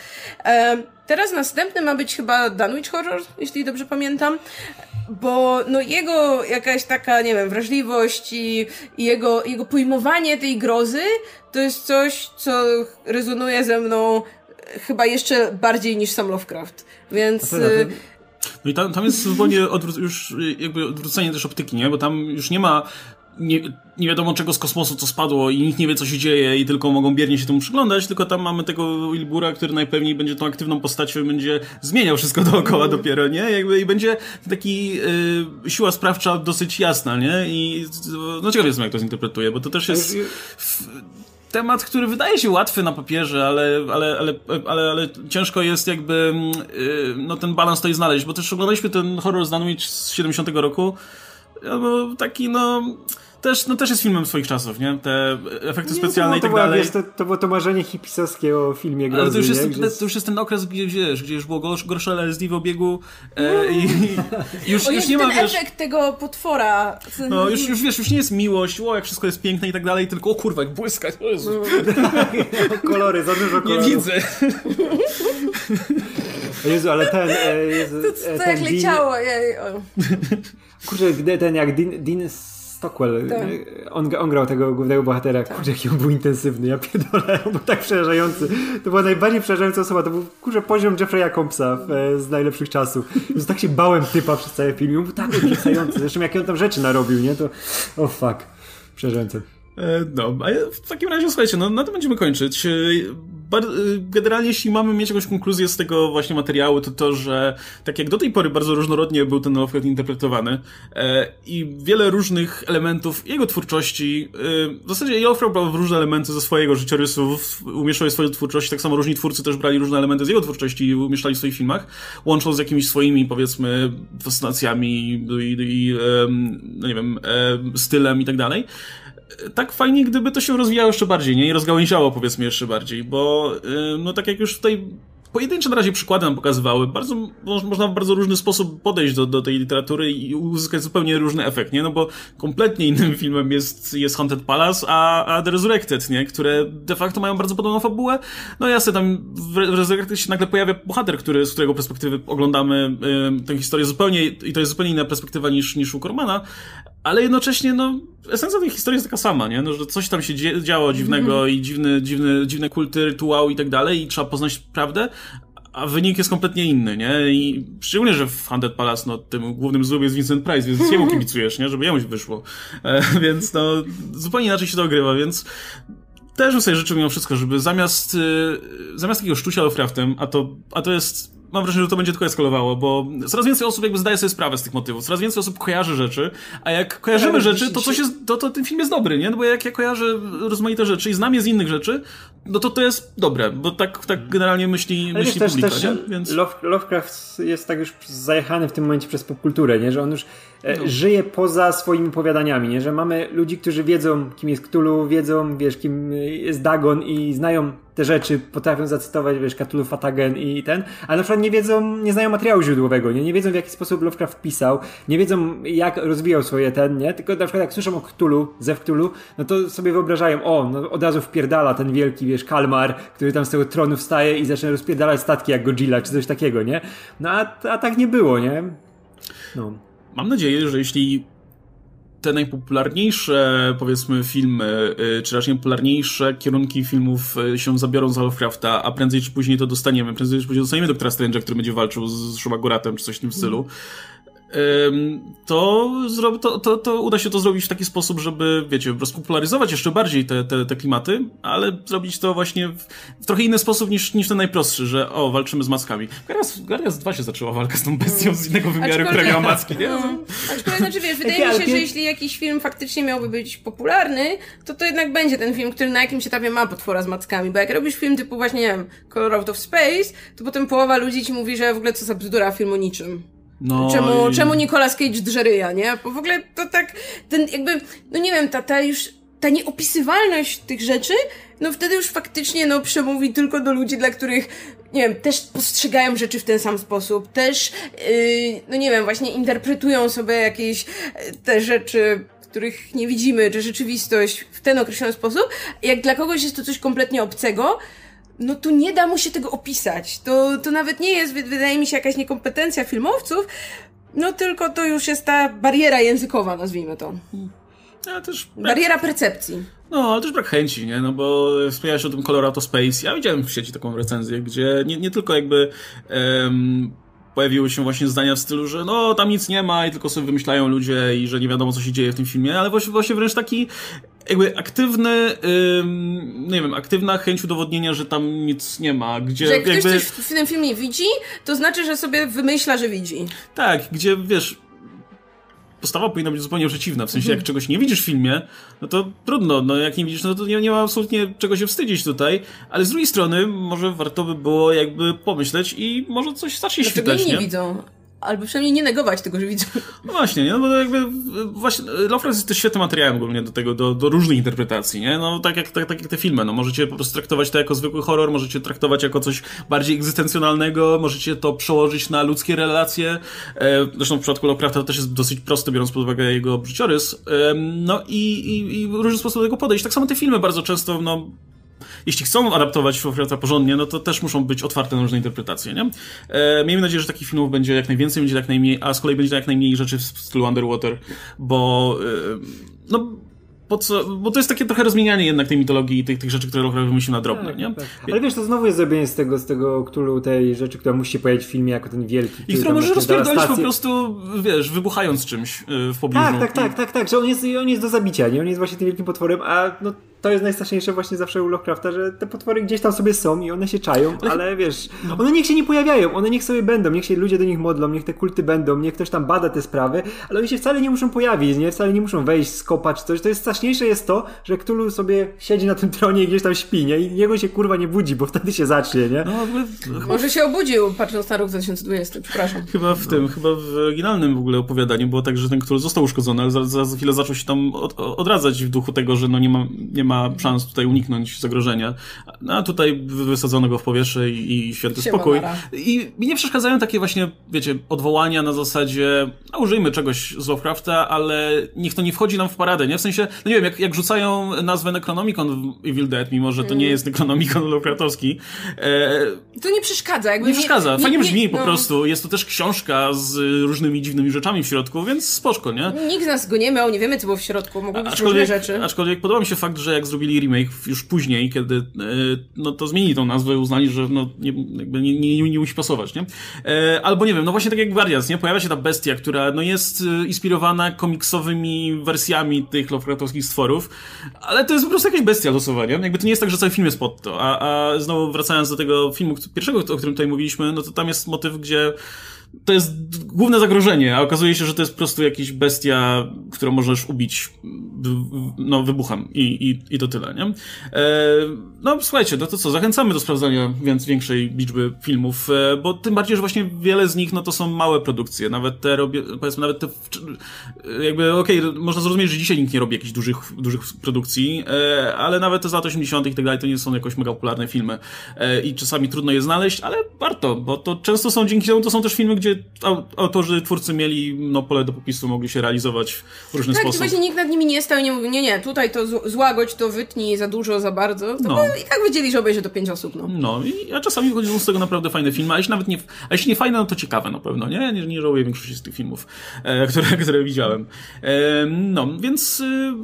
Teraz następny ma być chyba Dunwich Horror, jeśli dobrze pamiętam. Bo jego jakaś taka, nie wiem, wrażliwość i jego pojmowanie tej grozy to jest coś, co rezonuje ze mną chyba jeszcze bardziej niż sam Lovecraft. Więc... No i tam jest zupełnie odwrócenie też optyki, nie? Bo tam już nie ma nie wiadomo czego z kosmosu co spadło i nikt nie wie co się dzieje i tylko mogą biernie się temu przyglądać, tylko tam mamy tego Wilbura, który najpewniej będzie tą aktywną postacią i będzie zmieniał wszystko dookoła dopiero, nie? I będzie taki siła sprawcza dosyć jasna, nie? I ciekawe jestem jak to zinterpretuje, bo to też jest temat, który wydaje się łatwy na papierze, ale ciężko jest jakby ten balans tutaj znaleźć, bo też oglądaliśmy ten horror z Dunwich z 70 roku, taki też jest filmem swoich czasów, nie? Te efekty specjalne i tak dalej. To było to marzenie hipisowskie o filmie grozy, ale to już jest ten okres, gdzie już było gorsze LSD w obiegu i już nie ma, efekt tego potwora. No, już nie jest miłość, jak wszystko jest piękne i tak dalej, tylko kurwa, jak błyskać, o Jezu. Kolory, za dużo kolorów. Nie widzę. Jezu, ale ten... to jak leciało. Kurczę, ten jak Dean Stockwell, on grał tego głównego bohatera, kurczę, jaki on był intensywny, ja pierdolę, on był tak przerażający. To była najbardziej przerażająca osoba, to był kurczę poziom Jeffrey'a Combsa z najlepszych czasów. Więc tak się bałem typa przez cały film, on był tak odrzucający, zresztą jakie on tam rzeczy narobił, nie, to fuck, przerażające. No, a w takim razie słuchajcie, no na to będziemy kończyć. Generalnie jeśli mamy mieć jakąś konkluzję z tego właśnie materiału, to że tak jak do tej pory bardzo różnorodnie był ten Lovecraft interpretowany i wiele różnych elementów jego twórczości, w zasadzie Lovecraft brał różne elementy ze swojego życiorysu, umieszczał je w swojej twórczości, tak samo różni twórcy też brali różne elementy z jego twórczości i umieszczali w swoich filmach, łącząc z jakimiś swoimi, powiedzmy, fascynacjami i no nie wiem, stylem i tak dalej. Tak fajnie, gdyby to się rozwijało jeszcze bardziej, nie? I rozgałęziało, powiedzmy, jeszcze bardziej, bo no tak jak już tutaj pojedyncze na razie przykłady nam pokazywały, można w bardzo różny sposób podejść do tej literatury i uzyskać zupełnie różny efekt, nie? No bo kompletnie innym filmem jest Haunted Palace, a The Resurrected, nie? Które de facto mają bardzo podobną fabułę. No jasne, tam w Resurrected się nagle pojawia bohater, z którego perspektywy oglądamy tę historię zupełnie, i to jest zupełnie inna perspektywa niż u Cormana, ale jednocześnie, no, esencja tej historii jest taka sama, nie? No, że coś tam się działo dziwnego i dziwne kulty, rytuały i tak dalej i trzeba poznać prawdę, a wynik jest kompletnie inny, nie? I szczególnie, że w Haunted Palace, no, tym głównym złym jest Vincent Price, więc jemu kibicujesz, nie? Żeby jemu się wyszło. Więc, no, zupełnie inaczej się to ogrywa, więc też bym sobie życzył mimo wszystko, żeby zamiast takiego szczucia Lovecraftem, a to jest... Mam wrażenie, że to będzie tylko eskalowało, bo coraz więcej osób jakby zdaje sobie sprawę z tych motywów, coraz więcej osób kojarzy rzeczy, a jak kojarzymy rzeczy, to ten film jest dobry, nie? No bo jak ja kojarzę rozmaite rzeczy i znam je z innych rzeczy, no to jest dobre, bo tak generalnie myśli publika, nie? Więc... Lovecraft jest tak już zajechany w tym momencie przez popkulturę, nie? Że on już żyje poza swoimi opowiadaniami, nie? Że mamy ludzi, którzy wiedzą, kim jest Cthulhu, wiedzą, wiesz, kim jest Dagon i znają te rzeczy, potrafią zacytować, wiesz, Cthulhu Fatagen i ale na przykład nie znają materiału źródłowego, nie wiedzą, w jaki sposób Lovecraft pisał, nie wiedzą, jak rozwijał swoje nie? Tylko na przykład jak słyszą o Cthulhu, Zew Cthulhu, no to sobie wyobrażają, no od razu wpierdala ten wielki, wiesz, kalmar, który tam z tego tronu wstaje i zaczyna rozpierdalać statki jak Godzilla, czy coś takiego, nie? No a tak nie było, nie? No. Mam nadzieję, że jeśli te najpopularniejsze, powiedzmy, filmy, czy raczej najpopularniejsze kierunki filmów się zabiorą za Lovecrafta, a prędzej czy później to dostaniemy. Prędzej czy później dostaniemy Doktora Strange'a, który będzie walczył z Shumagoratem, czy coś w tym stylu. To uda się to zrobić w taki sposp, żeby, wiecie, rozpopularyzować jeszcze bardziej te klimaty, ale zrobić to właśnie w trochę inny sposób niż ten najprostszy, że walczymy z maskami. Guardians 2 się zaczęła walka z tą bestią z innego wymiaru, która miała maski, nie? Aczkolwiek, znaczy wiesz, wydaje mi się, że jeśli jakiś film faktycznie miałby być popularny, to jednak będzie ten film, który na jakimś etapie ma potwora z mackami, bo jak robisz film typu właśnie, nie wiem, Color Out of Space, to potem połowa ludzi ci mówi, że w ogóle co za bzdura, film o niczym. No czemu Nicolas Cage drze ryja, nie? Bo w ogóle to tak, ten jakby, no nie wiem, ta nieopisywalność tych rzeczy, no wtedy już faktycznie, no przemówi tylko do ludzi, dla których, nie wiem, też postrzegają rzeczy w ten sam sposób, też, no nie wiem, właśnie interpretują sobie jakieś te rzeczy, których nie widzimy, czy rzeczywistość w ten określony sposób. Jak dla kogoś jest to coś kompletnie obcego, no to nie da mu się tego opisać. To nawet nie jest, wydaje mi się, jakaś niekompetencja filmowców, no tylko to już jest ta bariera językowa, nazwijmy to. Ja też bariera percepcji. No, ale też brak chęci, nie? No bo wspomniałeś o tym Color Out of Space. Ja widziałem w sieci taką recenzję, gdzie nie tylko jakby pojawiły się właśnie zdania w stylu, że no tam nic nie ma i tylko sobie wymyślają ludzie i że nie wiadomo co się dzieje w tym filmie, ale właśnie wręcz taki jakby aktywna chęć udowodnienia, że tam nic nie ma, gdzie że jak jakby... ktoś coś w tym filmie widzi, to znaczy, że sobie wymyśla, że widzi. Tak, gdzie wiesz, postawa powinna być zupełnie przeciwna, w sensie jak czegoś nie widzisz w filmie, no to trudno, no jak nie widzisz, no to nie ma absolutnie czego się wstydzić tutaj, ale z drugiej strony może warto by było jakby pomyśleć i może coś zacznie świtać, nie widzą. Albo przynajmniej nie negować tego, że widzą. No właśnie, nie? No bo jakby właśnie Lovecraft jest też świetnym materiałem ogólnie do tego, do różnych interpretacji, nie? No tak jak te filmy, no możecie po prostu traktować to jako zwykły horror, możecie traktować jako coś bardziej egzystencjonalnego, możecie to przełożyć na ludzkie relacje. Zresztą w przypadku Lovecrafta to też jest dosyć proste, biorąc pod uwagę jego życiorys. No i w różny sposób do tego podejść. Tak samo te filmy bardzo często, no jeśli chcą adaptować Lovecrafta porządnie, no to też muszą być otwarte na różne interpretacje, nie? Miejmy nadzieję, że takich filmów będzie jak najwięcej, będzie jak najmniej, a z kolei będzie jak najmniej rzeczy w stylu Underwater, bo bo to jest takie trochę rozmienianie jednak tej mitologii i tych rzeczy, które Lovecraft wymyślił na drobne, nie? Tak. Ale wiesz, to znowu jest zrobienie z tego Cthulhu, tej rzeczy, która musi się pojawić w filmie jako ten wielki. I którą możesz rozpierdolić po prostu, wiesz, wybuchając czymś w pobliżu. Tak, że on jest do zabicia, nie? On jest właśnie tym wielkim potworem, a no to jest najstraszniejsze właśnie zawsze u Lovecrafta, że te potwory gdzieś tam sobie są i one się czają, ale wiesz, one niech się nie pojawiają, one niech sobie będą, niech się ludzie do nich modlą, niech te kulty będą, niech ktoś tam bada te sprawy, ale oni się wcale nie muszą pojawić, nie? Wcale nie muszą wejść, skopać coś. To jest straszniejsze jest to, że Cthulhu sobie siedzi na tym tronie i gdzieś tam śpi, nie? I niego się kurwa nie budzi, bo wtedy się zacznie, nie? Może się obudził, patrząc na rok 2020, przepraszam. Chyba w oryginalnym w ogóle opowiadaniu było tak, że ten Cthulhu został uszkodzony, ale za chwilę zaczął się tam odradzać w duchu tego, że no nie ma szans tutaj uniknąć zagrożenia. A tutaj wysadzono go w powietrze i święty spokój. I mi nie przeszkadzają takie właśnie, wiecie, odwołania na zasadzie, użyjmy czegoś z Lovecrafta, ale niech to nie wchodzi nam w paradę, nie? W sensie, no nie wiem, jak rzucają nazwę Necronomicon w Evil Dead, mimo że to nie jest Necronomicon Lovecraftowski. To nie przeszkadza. Jakby nie przeszkadza. Fajnie brzmi po prostu. Jest to też książka z różnymi dziwnymi rzeczami w środku, więc spoczko, nie? Nikt z nas go nie miał, nie wiemy, co było w środku. Mogły być różne rzeczy. Aczkolwiek podoba mi się fakt, że jak zrobili remake już później, kiedy no to zmienili tą nazwę i uznali, że no nie musi pasować, nie? Albo nie wiem, no właśnie tak jak Guardians, nie? Pojawia się ta bestia, która no jest inspirowana komiksowymi wersjami tych Lovecraftowskich stworów, ale to jest po prostu jakaś bestia losowa, nie? Jakby to nie jest tak, że cały film jest pod to. A znowu wracając do tego filmu pierwszego, o którym tutaj mówiliśmy, no to tam jest motyw, gdzie to jest główne zagrożenie, a okazuje się, że to jest po prostu jakaś bestia, którą możesz ubić wybuchem i to tyle, nie? No słuchajcie, no to co, zachęcamy do sprawdzania większej liczby filmów, bo tym bardziej, że właśnie wiele z nich, no to są małe produkcje, nawet te jakby można zrozumieć, że dzisiaj nikt nie robi jakichś dużych produkcji, ale nawet te z lat 80. i tak dalej, to nie są jakoś mega popularne filmy i czasami trudno je znaleźć, ale warto, bo to często są dzięki temu, to są też filmy, gdzie autorzy, twórcy mieli pole do popisu, mogli się realizować w różny sposób. Tak, właśnie nikt nad nimi nie stał i nie mówił, nie, tutaj to złagodź, to wytnij za dużo, za bardzo. I tak wiedzieli, że obejrzy to 5 osób, a czasami wychodzą z tego naprawdę fajne filmy, a jeśli nie fajne, no to ciekawe na pewno, nie? Nie żałuję większości z tych filmów, które widziałem. Więc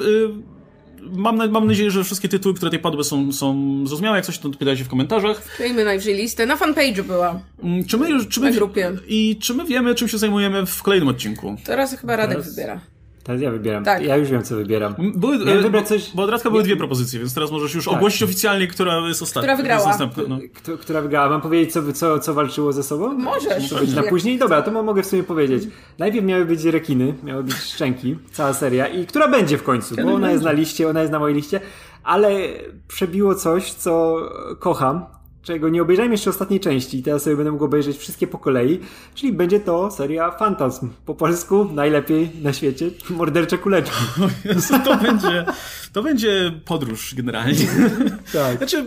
mam nadzieję, że wszystkie tytuły, które tutaj padły, są zrozumiałe. Jak coś, to pytajcie w komentarzach. Wklejmy najwyżej listę. Na fanpage'u była. Na grupie. I czy my wiemy, czym się zajmujemy w kolejnym odcinku? Teraz chyba Radek wybiera. Teraz ja wybieram. Tak. Ja już wiem, co wybieram. Wybrać coś... Bo od Radka były dwie propozycje, więc teraz możesz już ogłosić oficjalnie, która jest ostatnia. Która wygrała. Następna, Która wygrała. Mam powiedzieć, co walczyło ze sobą? Możesz. To być na później? Dobra, to mogę w sumie powiedzieć. Najpierw miały być rekiny, miały być szczęki, cała seria. I która będzie w końcu, bo ona jest na liście, ona jest na mojej liście, ale przebiło coś, co kocham, czego nie obejrzałem jeszcze ostatniej części i teraz sobie będę mógł obejrzeć wszystkie po kolei, czyli będzie to seria Fantasm. Po polsku najlepiej na świecie Mordercze kuleczki. Jezu, to będzie podróż generalnie. Tak. Znaczy,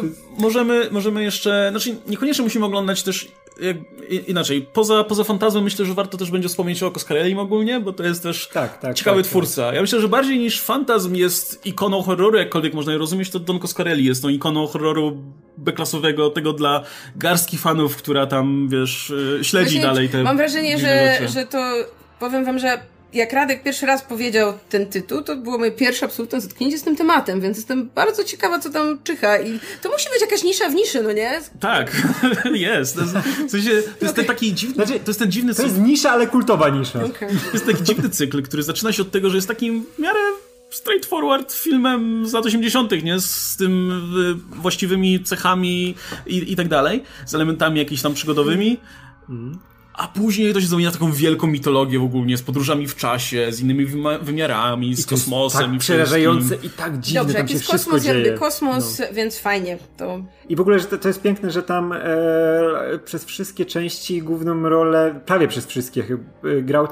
możemy jeszcze, niekoniecznie musimy oglądać też inaczej, poza Fantazmem myślę, że warto też będzie wspomnieć o Coscarellim ogólnie, bo to jest też ciekawy twórca. Ja myślę, że bardziej niż Fantazm jest ikoną horroru, jakkolwiek można je rozumieć, to Don Coscarelli jest tą ikoną horroru B-klasowego, tego dla garstki fanów, która tam, wiesz, śledzi dalej te... Mam wrażenie, że to, powiem wam, że jak Radek pierwszy raz powiedział ten tytuł, to było moje pierwsze absolutne zetknięcie z tym tematem, więc jestem bardzo ciekawa, co tam czyha i to musi być jakaś nisza w niszy, no nie? Tak, jest. W sensie, to jest ten taki dziwny, to jest ten dziwny cykl. To jest nisza, ale kultowa nisza. Okay. To jest taki dziwny cykl, który zaczyna się od tego, że jest takim w miarę straightforward filmem z lat 80., nie? Z tym właściwymi cechami i tak dalej, z elementami jakimiś tam przygodowymi. A później to się zamienia w taką wielką mitologię ogólnie, z podróżami w czasie, z innymi wymiarami, z kosmosem. Tak przerażające i tak dziwne. Dobrze, tam się jest wszystko kosmos, dzieje. jakby kosmos, więc fajnie. To... I w ogóle, że to jest piękne, że tam przez wszystkie części główną rolę, prawie przez wszystkie grał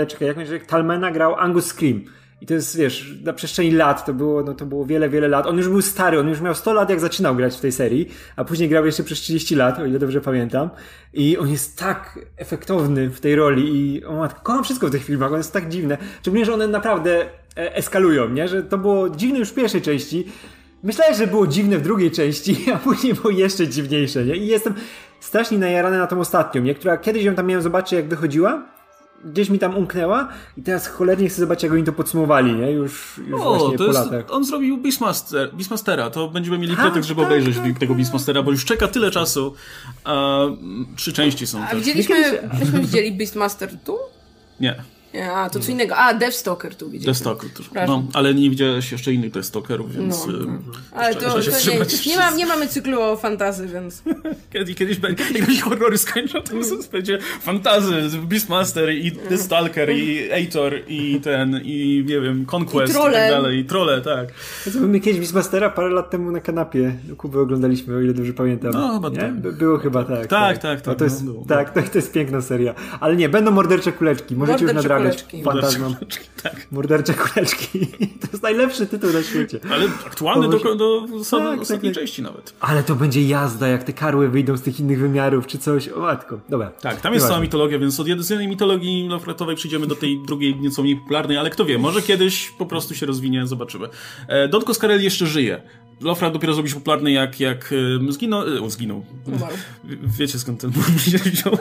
Talmena grał Angus Scream. I to jest, wiesz, na przestrzeni lat to było wiele, wiele lat. On już był stary, on już miał 100 lat, jak zaczynał grać w tej serii, a później grał jeszcze przez 30 lat, o ile dobrze pamiętam. I on jest tak efektowny w tej roli i kocham wszystko w tych filmach, on jest tak dziwne. Szczególnie, że one naprawdę eskalują, nie? Że to było dziwne już w pierwszej części, Myślałem, że było dziwne w drugiej części, a później było jeszcze dziwniejsze, nie? I jestem strasznie najarany na tą ostatnią, nie? Która kiedyś ją tam miałem zobaczyć, jak wychodziła. Gdzieś mi tam umknęła i teraz cholernie chcę zobaczyć, jak oni to podsumowali, nie? Już właśnie po latach. On zrobił Beastmastera, to będziemy mieli pretekst, żeby obejrzeć tego Beastmastera, bo już czeka tyle czasu, a 3 części są też. Myśmy widzieli Beastmaster tu? Nie. A, to co innego. Deathstalker tu widzieliśmy. Deathstalker też. No, ale nie widziałeś jeszcze innych Deathstalkerów, więc... Ale to nie mamy cyklu o fantasy, więc... Kiedyś jakieś horrory skończą, to będzie fantasy, Beastmaster i Deathstalker i Aitor i nie wiem, Conquest i tak dalej. I trolle, tak. My kiedyś Beastmastera parę lat temu na kanapie u Kuby oglądaliśmy, o ile dobrze pamiętam. No, chyba tak. Było chyba tak. Tak. No, to jest piękna seria. Ale nie, będą mordercze kuleczki. Możecie już nadrabiać fantazmom. Tak. Mordercze kuleczki. To jest najlepszy tytuł na świecie. Ale aktualny do ostatniej części nawet. Ale to będzie jazda, jak te karły wyjdą z tych innych wymiarów, czy coś. O matko. Dobra. Tak, tam jest cała mitologia, więc od jednej mitologii Lovecraftowej przyjdziemy do tej drugiej, nieco mniej popularnej, ale kto wie, może kiedyś po prostu się rozwinie, zobaczymy. Don Coscarelli jeszcze żyje. Lovecraft dopiero zrobił się popularny jak zginął. Umarł. Wiecie skąd ten się wziął.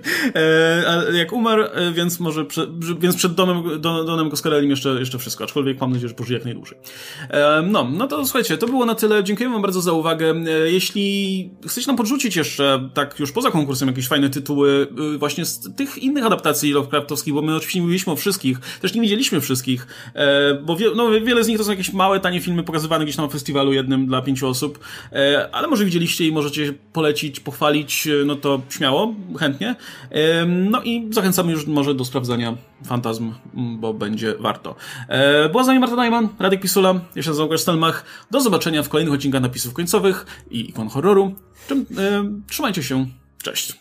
Jak umarł, więc może więc przed Donem Coscarellim jeszcze wszystko, aczkolwiek mam nadzieję, że pożyje jak najdłużej. No to słuchajcie, to było na tyle. Dziękujemy wam bardzo za uwagę. Jeśli chcecie nam podrzucić jeszcze, tak już poza konkursem, jakieś fajne tytuły właśnie z tych innych adaptacji Lovecraftowskich, bo my oczywiście nie mówiliśmy o wszystkich, też nie widzieliśmy wszystkich, bo wiele z nich to są jakieś małe, tanie filmy pokazywane gdzieś tam na festiwalu jednym dla 5 osób, ale może widzieliście i możecie polecić, pochwalić, no to śmiało, chętnie. No i zachęcamy już może do sprawdzania Fantazm, bo będzie warto. Była z nami Marta Najman, Radek Pisula, ja się nazywam Łukasz Stelmach. Do zobaczenia w kolejnych odcinkach napisów końcowych i ikon horroru. Trzymajcie się. Cześć.